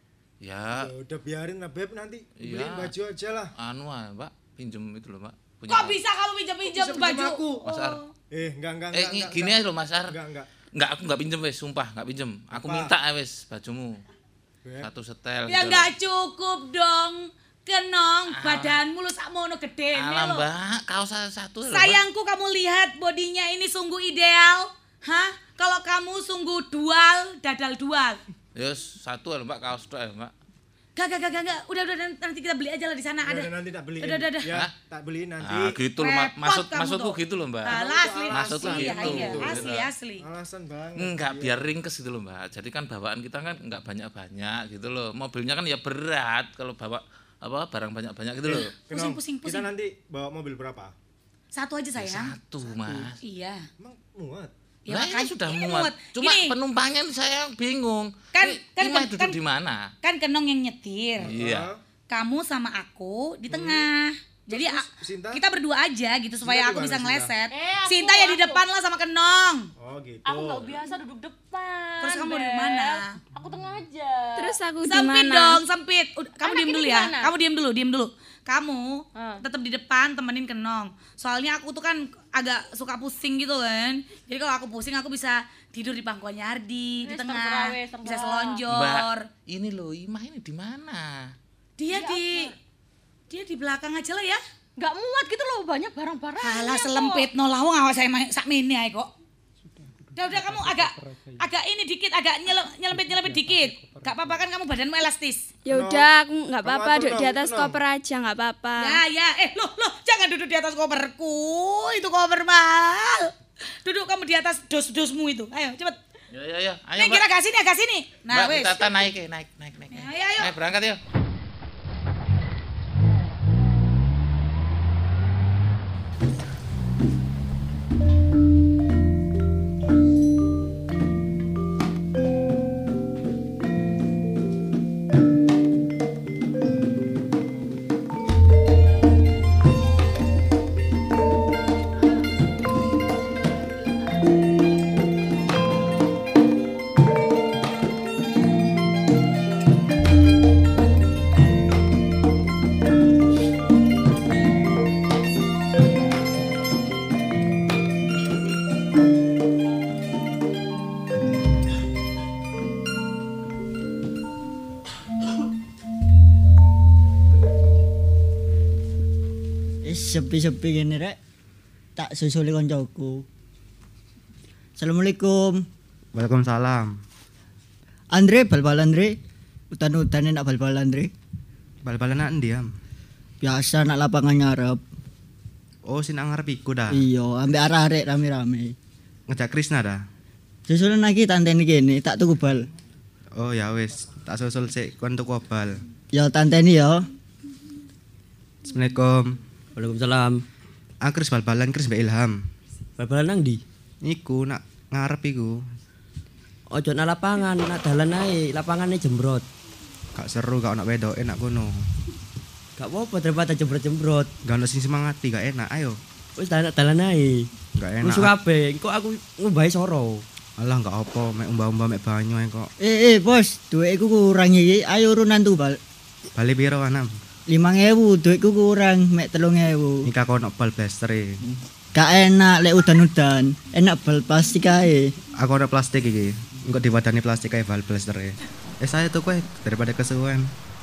Ya, Ya udah biarin lah, Beb, nanti Iya. beliin baju aja lah. anu ah Mbak, pinjem itu loh Mbak. Punya Kok aku. bisa kamu pinjam-pinjam Bisa pinjam baju? aku. Mas Ar. Eh, enggak enggak Eh, enggak. ini enggak, gini enggak. aja loh Mas Ar. Enggak enggak. Enggak, aku nggak pinjem wes, sumpah nggak pinjem. Aku Apa? minta ya wes bajumu. Beb. Satu setel. Ya gitu nggak loh. cukup dong. Kenong, badanmu lu sak mono gede Alah loh. Mbak, kaos satu loh, Mbak. Sayangku kamu lihat bodinya ini sungguh ideal. Hah? Kalau kamu sungguh dual, dadal dual. Yus, satu loh Mbak, kaos doang ya Mbak. Gak, gak, gak, gak, gak. Udah, udah, nanti kita beli aja lah di sana. Ya Ada. udah, nanti tak beliin. Udah, udah, udah. Ya, Hah? tak beliin nanti. Ah, gitu loh Mbak. Repot Maksud kamu maksudku tuh. gitu loh Mbak. Alah, asli. Maksudku Iya, gitu. iya, Gitu, asli, Mbak. asli. Alasan banget. Enggak, Iya. biar ringkes gitu loh Mbak. Jadi kan bawaan kita kan enggak banyak-banyak gitu loh. Mobilnya kan ya berat kalau bawa apa barang banyak-banyak gitu loh. Kenong, pusing, pusing. Kita nanti bawa mobil berapa? Satu aja sayang. Satu Mas. Iya. Emang muat? Ya, Nah, ini makanya sudah ini muat. muat. Cuma Gini. penumpangnya saya bingung. Kan- Ini- kan- Ima kan- duduk kan- di mana? Kan Kenong yang nyetir. Iya. Kamu sama aku di tengah. Jadi Terus, a- Sinta? kita berdua aja gitu supaya Sinta aku di bisa mana, ngeleset. Sinta? Eh, aku- Sinta ya di aku. depan lah sama Kenong. Oh gitu. Aku nggak biasa duduk depan. Terus kamu di Bel. mana? Aku tengah aja. Terus aku di Sempit mana? dong, sempit. Udah, kamu Anak diem ini dulu di ya. mana? Kamu diem dulu, diem dulu. Kamu Ah. tetap di depan temenin Kenong. Soalnya aku tuh kan agak suka pusing gitu kan. Jadi kalau aku pusing aku bisa tidur di pangkuannya Ardi di Wes, tengah. terserah, wes, Bisa terserah. selonjor. Mbak, ini loh Ima ini di mana? Dia di dia di belakang aja lah ya. Nggak muat gitu loh, banyak barang-barang. Alah selempit no lawang awas saya main sak mini ae kok. Udah udah kamu agak agak ini dikit, agak nyelempit nyelempit dikit. Gak apa-apa kan kamu badanmu elastis. Ya udah, aku nggak Kamu apa-apa atur duduk di dong, atas tenang. koper aja nggak apa-apa. Ya ya, eh loh loh jangan duduk di atas koperku, itu koper mahal. Duduk kamu di atas dos-dosmu itu. Ayo cepet. Ya ya ya, ayo Nih Mbak. kira agak sini agak sini. Nah Mbak, wes. Tata naik ya, naik naik naik. naik. Ayo, ayo. Ayo berangkat yuk. Wis sepi-sepi gini rek. Tak susuli koncoku. Assalamualaikum. Waalaikumsalam. Andre, bal-bal Andre. Utan-utan nak bal-bal Andre. Bal-balan nak diam. Biasa nak lapangan ngarep. Oh, sin ngarep iku dah. Iya, ambek arek rame-rame. Ngejak Krisna dah. Susulan lagi tanteni kene, tak tuku bal. Oh ya wis, tak susul sik kon tuku bal. Ya tanteni ya. Assalamualaikum. Waalaikumsalam. Akris bal-balan Kris Mbak Ilham. Bal-balan nang ndi? Iku nak ngarep iku. Ojo nak lapangan, nak dalan ae, lapangane jembrot. Gak seru gak ono wedoke nak kono. Gak apa-apa daripada jembrot-jembrot. Gak ono sing semangati gak enak, ayo. Wis dalan ae. Gak enak. Musuh kabeh, engko aku ngumbahi soro. Alah gak apa, mek umbah-umbah mek banyu ae kok. Eh, eh bos, duitku kurang iki. Ayo urunan tuh bal. Bali piro Anam? lima ribu, duitku kurang, mek tiga ribu. Nika kono bal blaster e. Gak enak lek udan-udan. Enak bal plastik ae. Aku ada plastik iki. Engko diwadani plastik ae bal blaster e. Eh saya tuh kowe daripada kesuwen.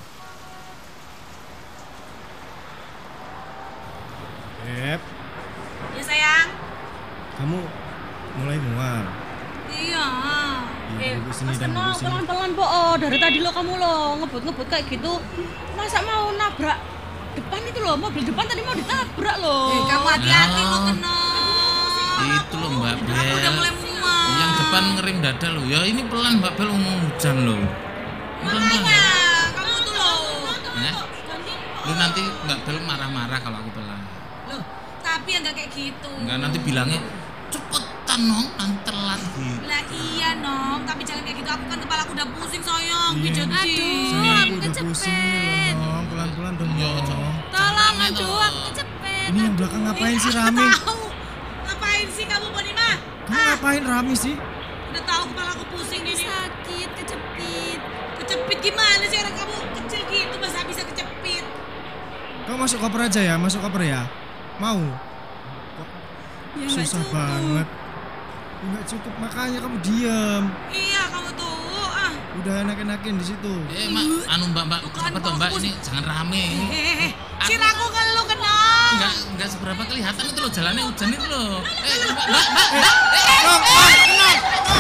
Beb, Ya sayang. kamu mulai mual. Iya. Iya, duduk sini dan Kenal duduk sini. pelan-pelan po. Oh, dari tadi lo kamu lo ngebut-ngebut kayak gitu. Masa mau nabrak depan itu loh, mobil depan tadi mau ditabrak loh. Eh, kamu hati-hati lo kena. Itu loh Mbak Bel. Aku udah mulai mual. Yang depan ngering dada loh. Ya ini pelan Mbak Bel ngomong hujan loh. Makanya kamu tuh loh. Ya? Lu nanti Mbak Bel marah-marah kalau aku pelan. Loh, tapi yang gak kayak gitu. Enggak nanti bilangnya cepetan nong, nanti telat gitu. Lah iya nong, tapi jangan kayak gitu. Aku kan kepala aku udah pusing sayang. Iya. Jadi. Saya aku udah pusing ini loh, Nong. Pelan-pelan dong, Nong. Tolong aduh, aku kecepet. Ini yang belakang ngapain sih Aku rame? tahu. Ngapain sih kamu Bonima? Kamu ngapain rame sih? Udah tahu kepala aku pusing ini. Sakit, kecepit. Kecepit gimana sih orang kamu kecil gitu masa bisa kecepit? Kamu masuk koper aja ya, masuk koper ya. Mau? Kok Ya, nggak susah cukup. banget. Enggak cukup, makanya kamu diam. Iya kamu tuh ah. Udah enak-enakin di situ. Eh Mak, anu Mbak Mbak, apa tuh Mbak ini jangan rame. Hehehe, siraku kan lu kena. Enggak enggak seberapa kelihatan itu loh jalannya hujan itu loh. Eh Mbak Mbak. Nong, Nong, Nong.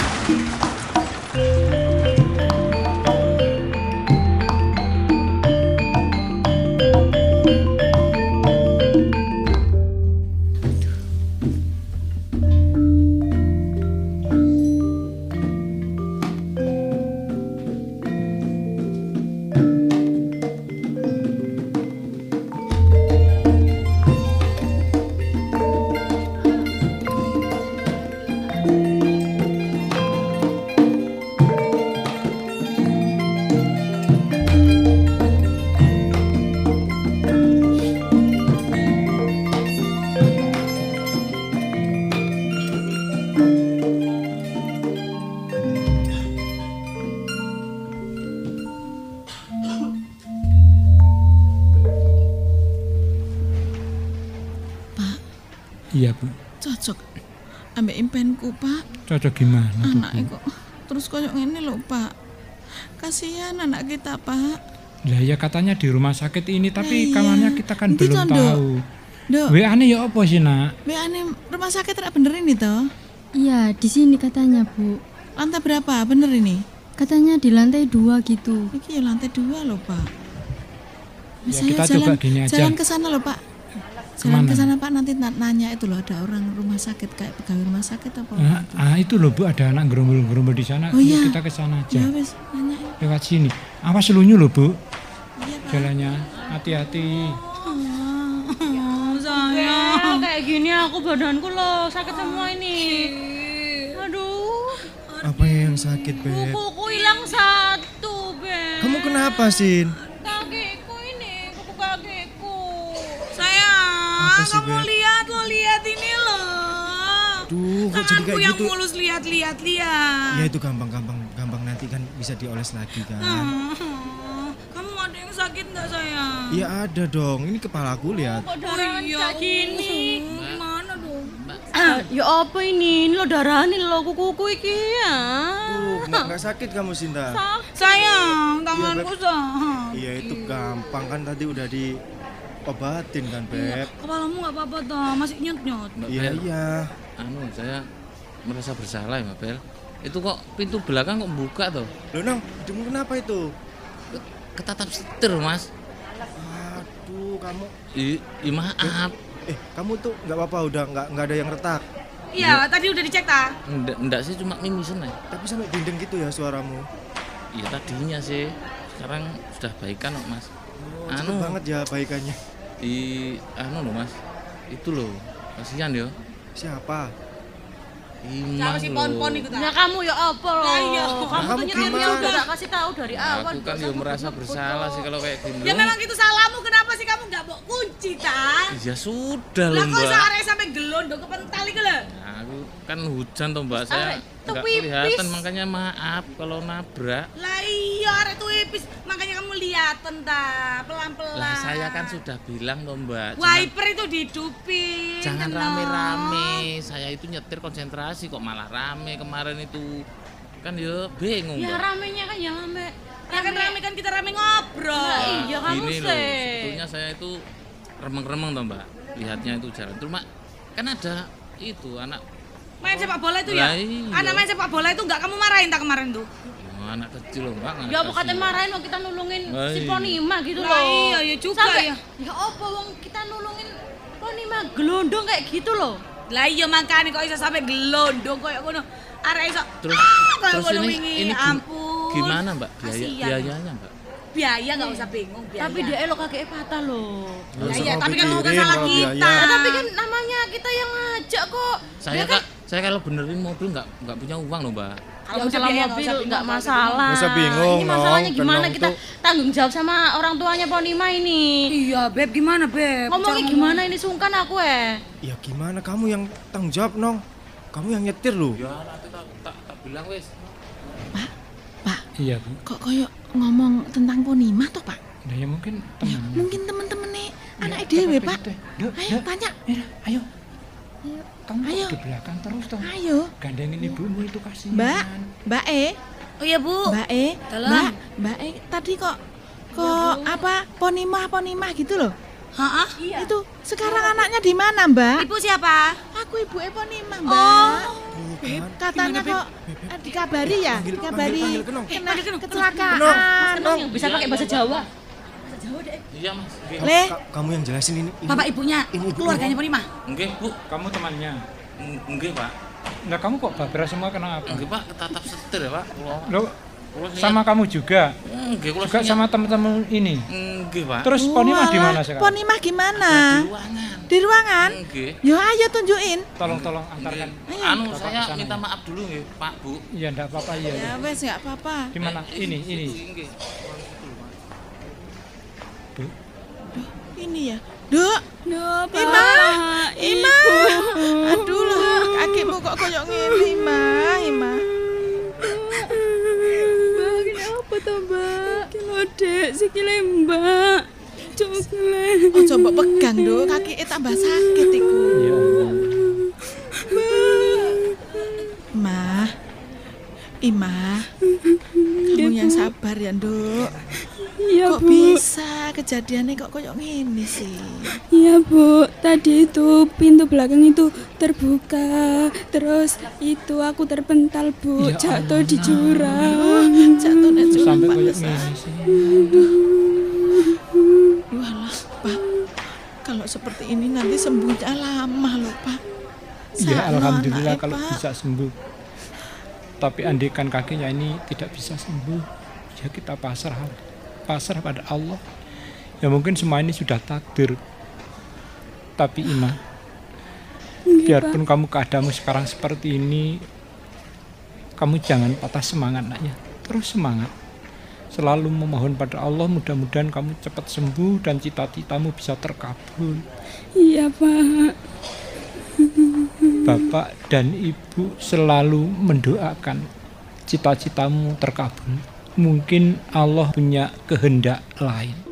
Iya Bu. Cocok ambek impenku, Pak. Cocok gimana tuh, Anaknya Bu? kok terus koyo ngene lho, Pak. Kasihan anak kita, Pak. Lah ya katanya di rumah sakit ini tapi Lah iya. kamarnya kita kan Nanti belum toh, Nduk. tahu. Nduk. W A-ne ya apa sih, Nak? W A-ne rumah sakit tak bener ini toh? Iya, di sini katanya, Bu. Lantai berapa? Bener ini? Katanya di lantai dua gitu. Iki ya lantai dua loh, Pak. Ya, Saya kita jalan, coba gini aja. jalan ke sana loh, Pak. Jalan Kemana? ke sana, Pak. Nanti na- nanya itu loh, ada orang rumah sakit kayak pegawai rumah sakit apa? Ah, ah, itu loh Bu, ada anak gerombol-gerombol di sana. Oh, Yuk iya. kita ke sana aja. Ya wis, nanya. Lewat sini. Awas lunyu loh, Bu. Iya, Pak. Jalannya hati-hati. Ya, sayang. Kayak gini aku badanku loh sakit semua ini. Aduh. Apa yang sakit, Beb? Kukuku hilang satu, Beb. Kamu kenapa, Sin? Kakiku ini, kuku kakiku. Sayang, Apa sih, kamu Beb? lihat lo lihat ini loh. Duh, kok jadi Tanganku kayak yang gitu? mulus lihat-lihat lihat. Ya itu gampang-gampang, gampang nanti kan bisa dioles lagi kan. Hmm, kamu ada yang sakit nggak sayang? Iya ada dong, ini kepalaku lihat. Kok darah kayak gini? Gimana dong? Ah, ya apa ini? Ini lo darah ini lo kukuku iki ya. Tuh, nggak nggak sakit kamu Sinta? Sayang, tanganku Beb. sakit. Iya itu gampang kan tadi udah diobatin kan, Beb. Kepalamu nggak apa-apa toh, masih nyut-nyut. Iya iya. Anu saya merasa bersalah ya, Mabel. Itu kok pintu belakang kok buka tuh? Loh, Nong, hidungmu kenapa itu? Ketatap setir, Mas. Aduh, kamu. I, i maaf. Eh, kamu tuh nggak apa-apa, udah nggak nggak ada yang retak. Iya, tadi udah dicek ta? Enggak, enggak sih, cuma mimisan ya. Tapi sampai dinding gitu ya suaramu. Iya tadinya sih. Sekarang sudah baikan kok, Mas. Oh, cepet banget ya baikannya. Di anu loh, Mas. Itu loh. Kasihan ya. Siapa? Siapa Imah si loh. pon-pon itu ta? Ya kamu ya apa loh? Lah iya. Kamu tuh nyetirnya udah gak kasih tahu dari awal. Aku kan ya merasa bersalah sih kalau kayak gini. Ya memang itu salahmu, kenapa sih kamu nggak bawa kunci ta? Ya sudah Lah loh, kok Mbak. searek sampai gelondong kepental iki lho. Nah, aku kan hujan toh, Mbak. Saya Arek tuh nggak pipis. kelihatan, makanya maaf kalau nabrak. Lah iya arek tuh ipis, makanya kamu liaten ta, pelan-pelan. Lah saya kan sudah bilang toh, Mbak. Jangan, Wiper itu dihidupin. jangan kenal. rame-rame. Saya itu nyetir konsentrasi kok malah rame kemarin itu. Kan ya bingung, Ya Mbak. ramenya kan ya rame. Ya kan rame kan kita rame ngobrol. Nah, iya kamu Gini loh, sih. sebetulnya saya itu remeng-remeng toh, Mbak. Lihatnya itu jalan. Cuma kan ada itu anak Main sepak bola itu ya? Lah iya. Anak main sepak bola itu nggak kamu marahin tak kemarin tuh? oh, anak kecil loh, Mbak. Ya apa katanya marahin waktu kita nulungin Lah si iya. Ponima gitu Lah loh. iya, ya juga Sampai, ya. Ya apa wong kita nulungin Ponima gelondong kayak gitu loh. Lah iya makanya kok bisa sampai gelondong koyo ngono. Arek iso Terus ah, koyo terus ngono ini wingi. ini gim- Ampun. gimana, Mbak? Biaya Kasihan. biayanya, Mbak. Biaya nggak usah bingung biaya. Tapi dia lo kakeknya patah loh. Lah iya, tapi kan bukan pikirin salah kalau kita. biaya. Ya, tapi kan namanya kita yang ngajak kok. Saya Dia kak, saya kalau benerin mobil nggak nggak punya uang loh, Mbak. Kalau Ya udah, masalah biaya nggak mobil usah bingung, nggak nggak usah masalah. Nggak usah bingung, Ini masalahnya Nong. gimana Tenang kita tuh. tanggung jawab sama orang tuanya Ponima ini. Iya, Beb gimana, Beb? Ngomongnya Cara gimana ini sungkan aku eh. Ya gimana kamu yang tanggung jawab, Nong? Kamu yang nyetir loh. Ya nanti tak tak, tak bilang wes. Iya, Bu. Kok koyo ngomong tentang Ponima toh, Pak? Nah, ya mungkin teman. Mungkin temen-temennya anak dhewe, Pak. Ayo tanya. Ayo. Kamu Ayo. kok di belakang terus toh. Ayo. Gandengin ibumu itu kasihan. Mbak, Mbak E. Oh iya, Bu. Mbak E. Tolong. Mbak, Mbak E tadi kok kok apa Ponima Ponima gitu loh. Heeh. Iya. Itu sekarang anaknya di mana, Mbak? Ibu siapa? Aku ibu Eponima, Mbak. Oh. Beb, katanya kok eh, dikabari ya, dikabari panggil ke Nong. kena Kenong. kecelakaan. Seneng yang bisa pakai bahasa Jawa. Iya, Mas. Nggih. Le, Ka- kamu yang jelasin ini. ini. Bapak ibunya, Ini ibunya. keluarganya Ponima. Nggih, Bu. Kamu temannya. N- Nggih, Pak. Nah, kamu kok babras semua kenapa? Nggih, Pak, ketatap setir ya, Pak. Kulo- Loh, kulo sing- sama kamu juga. Nggih, kulo Juga sing- sama teman-teman ini. Nggih, Pak. Terus Ponima di mana walah, sekarang? Ponima gimana? Di ruangan. Di ruangan? Nggih. Yo ayo tunjukin. Tolong-tolong antarkan. Anu, Bapak saya kesana minta ya. maaf dulu nggih, Pak, Bu. Iya, enggak apa-apa iya. Ya iya. wes nggak apa-apa. Di mana? Ini, ini. Nggih. Bu. Ini ya. Duk, Duh, Ima, Bapak, Ima. Ibu. Aduh lah, kakimu kok koyok ngene, Ima, Ima. Mbak, ini apa tuh, Mbak? Kilodek, sikile Mbak. Coklat. Oh, coba pegang, Duk, kaki tambah sakit iku. Ya Allah. Ima. Ima. Kamu yang sabar ya, Duk. Iya, Kok Bu. bisa kejadiannya kok koyok ngene sih? Iya, Bu. Tadi itu pintu belakang itu terbuka. Terus itu aku terpental, Bu. Ya Jatuh di jurang. Jatuhnya Sampai jurang kayak pantesan. gini sih. Walah, Pak. Kalau seperti ini nanti sembuhnya lama loh, Pak. Ya Sakno alhamdulillah anaknya, kalau Pak. bisa sembuh. Tapi andikan kakinya ini tidak bisa sembuh, ya kita pasrah pasrah pada Allah. Ya mungkin semua ini sudah takdir. Tapi Ima, biarpun kamu keadaanmu sekarang seperti ini, kamu jangan patah semangat naknya. Terus semangat. Selalu memohon pada Allah, mudah-mudahan kamu cepat sembuh dan cita-citamu bisa terkabul. Iya, Pak. Bapak dan Ibu selalu mendoakan cita-citamu terkabul. Mungkin Allah punya kehendak lain.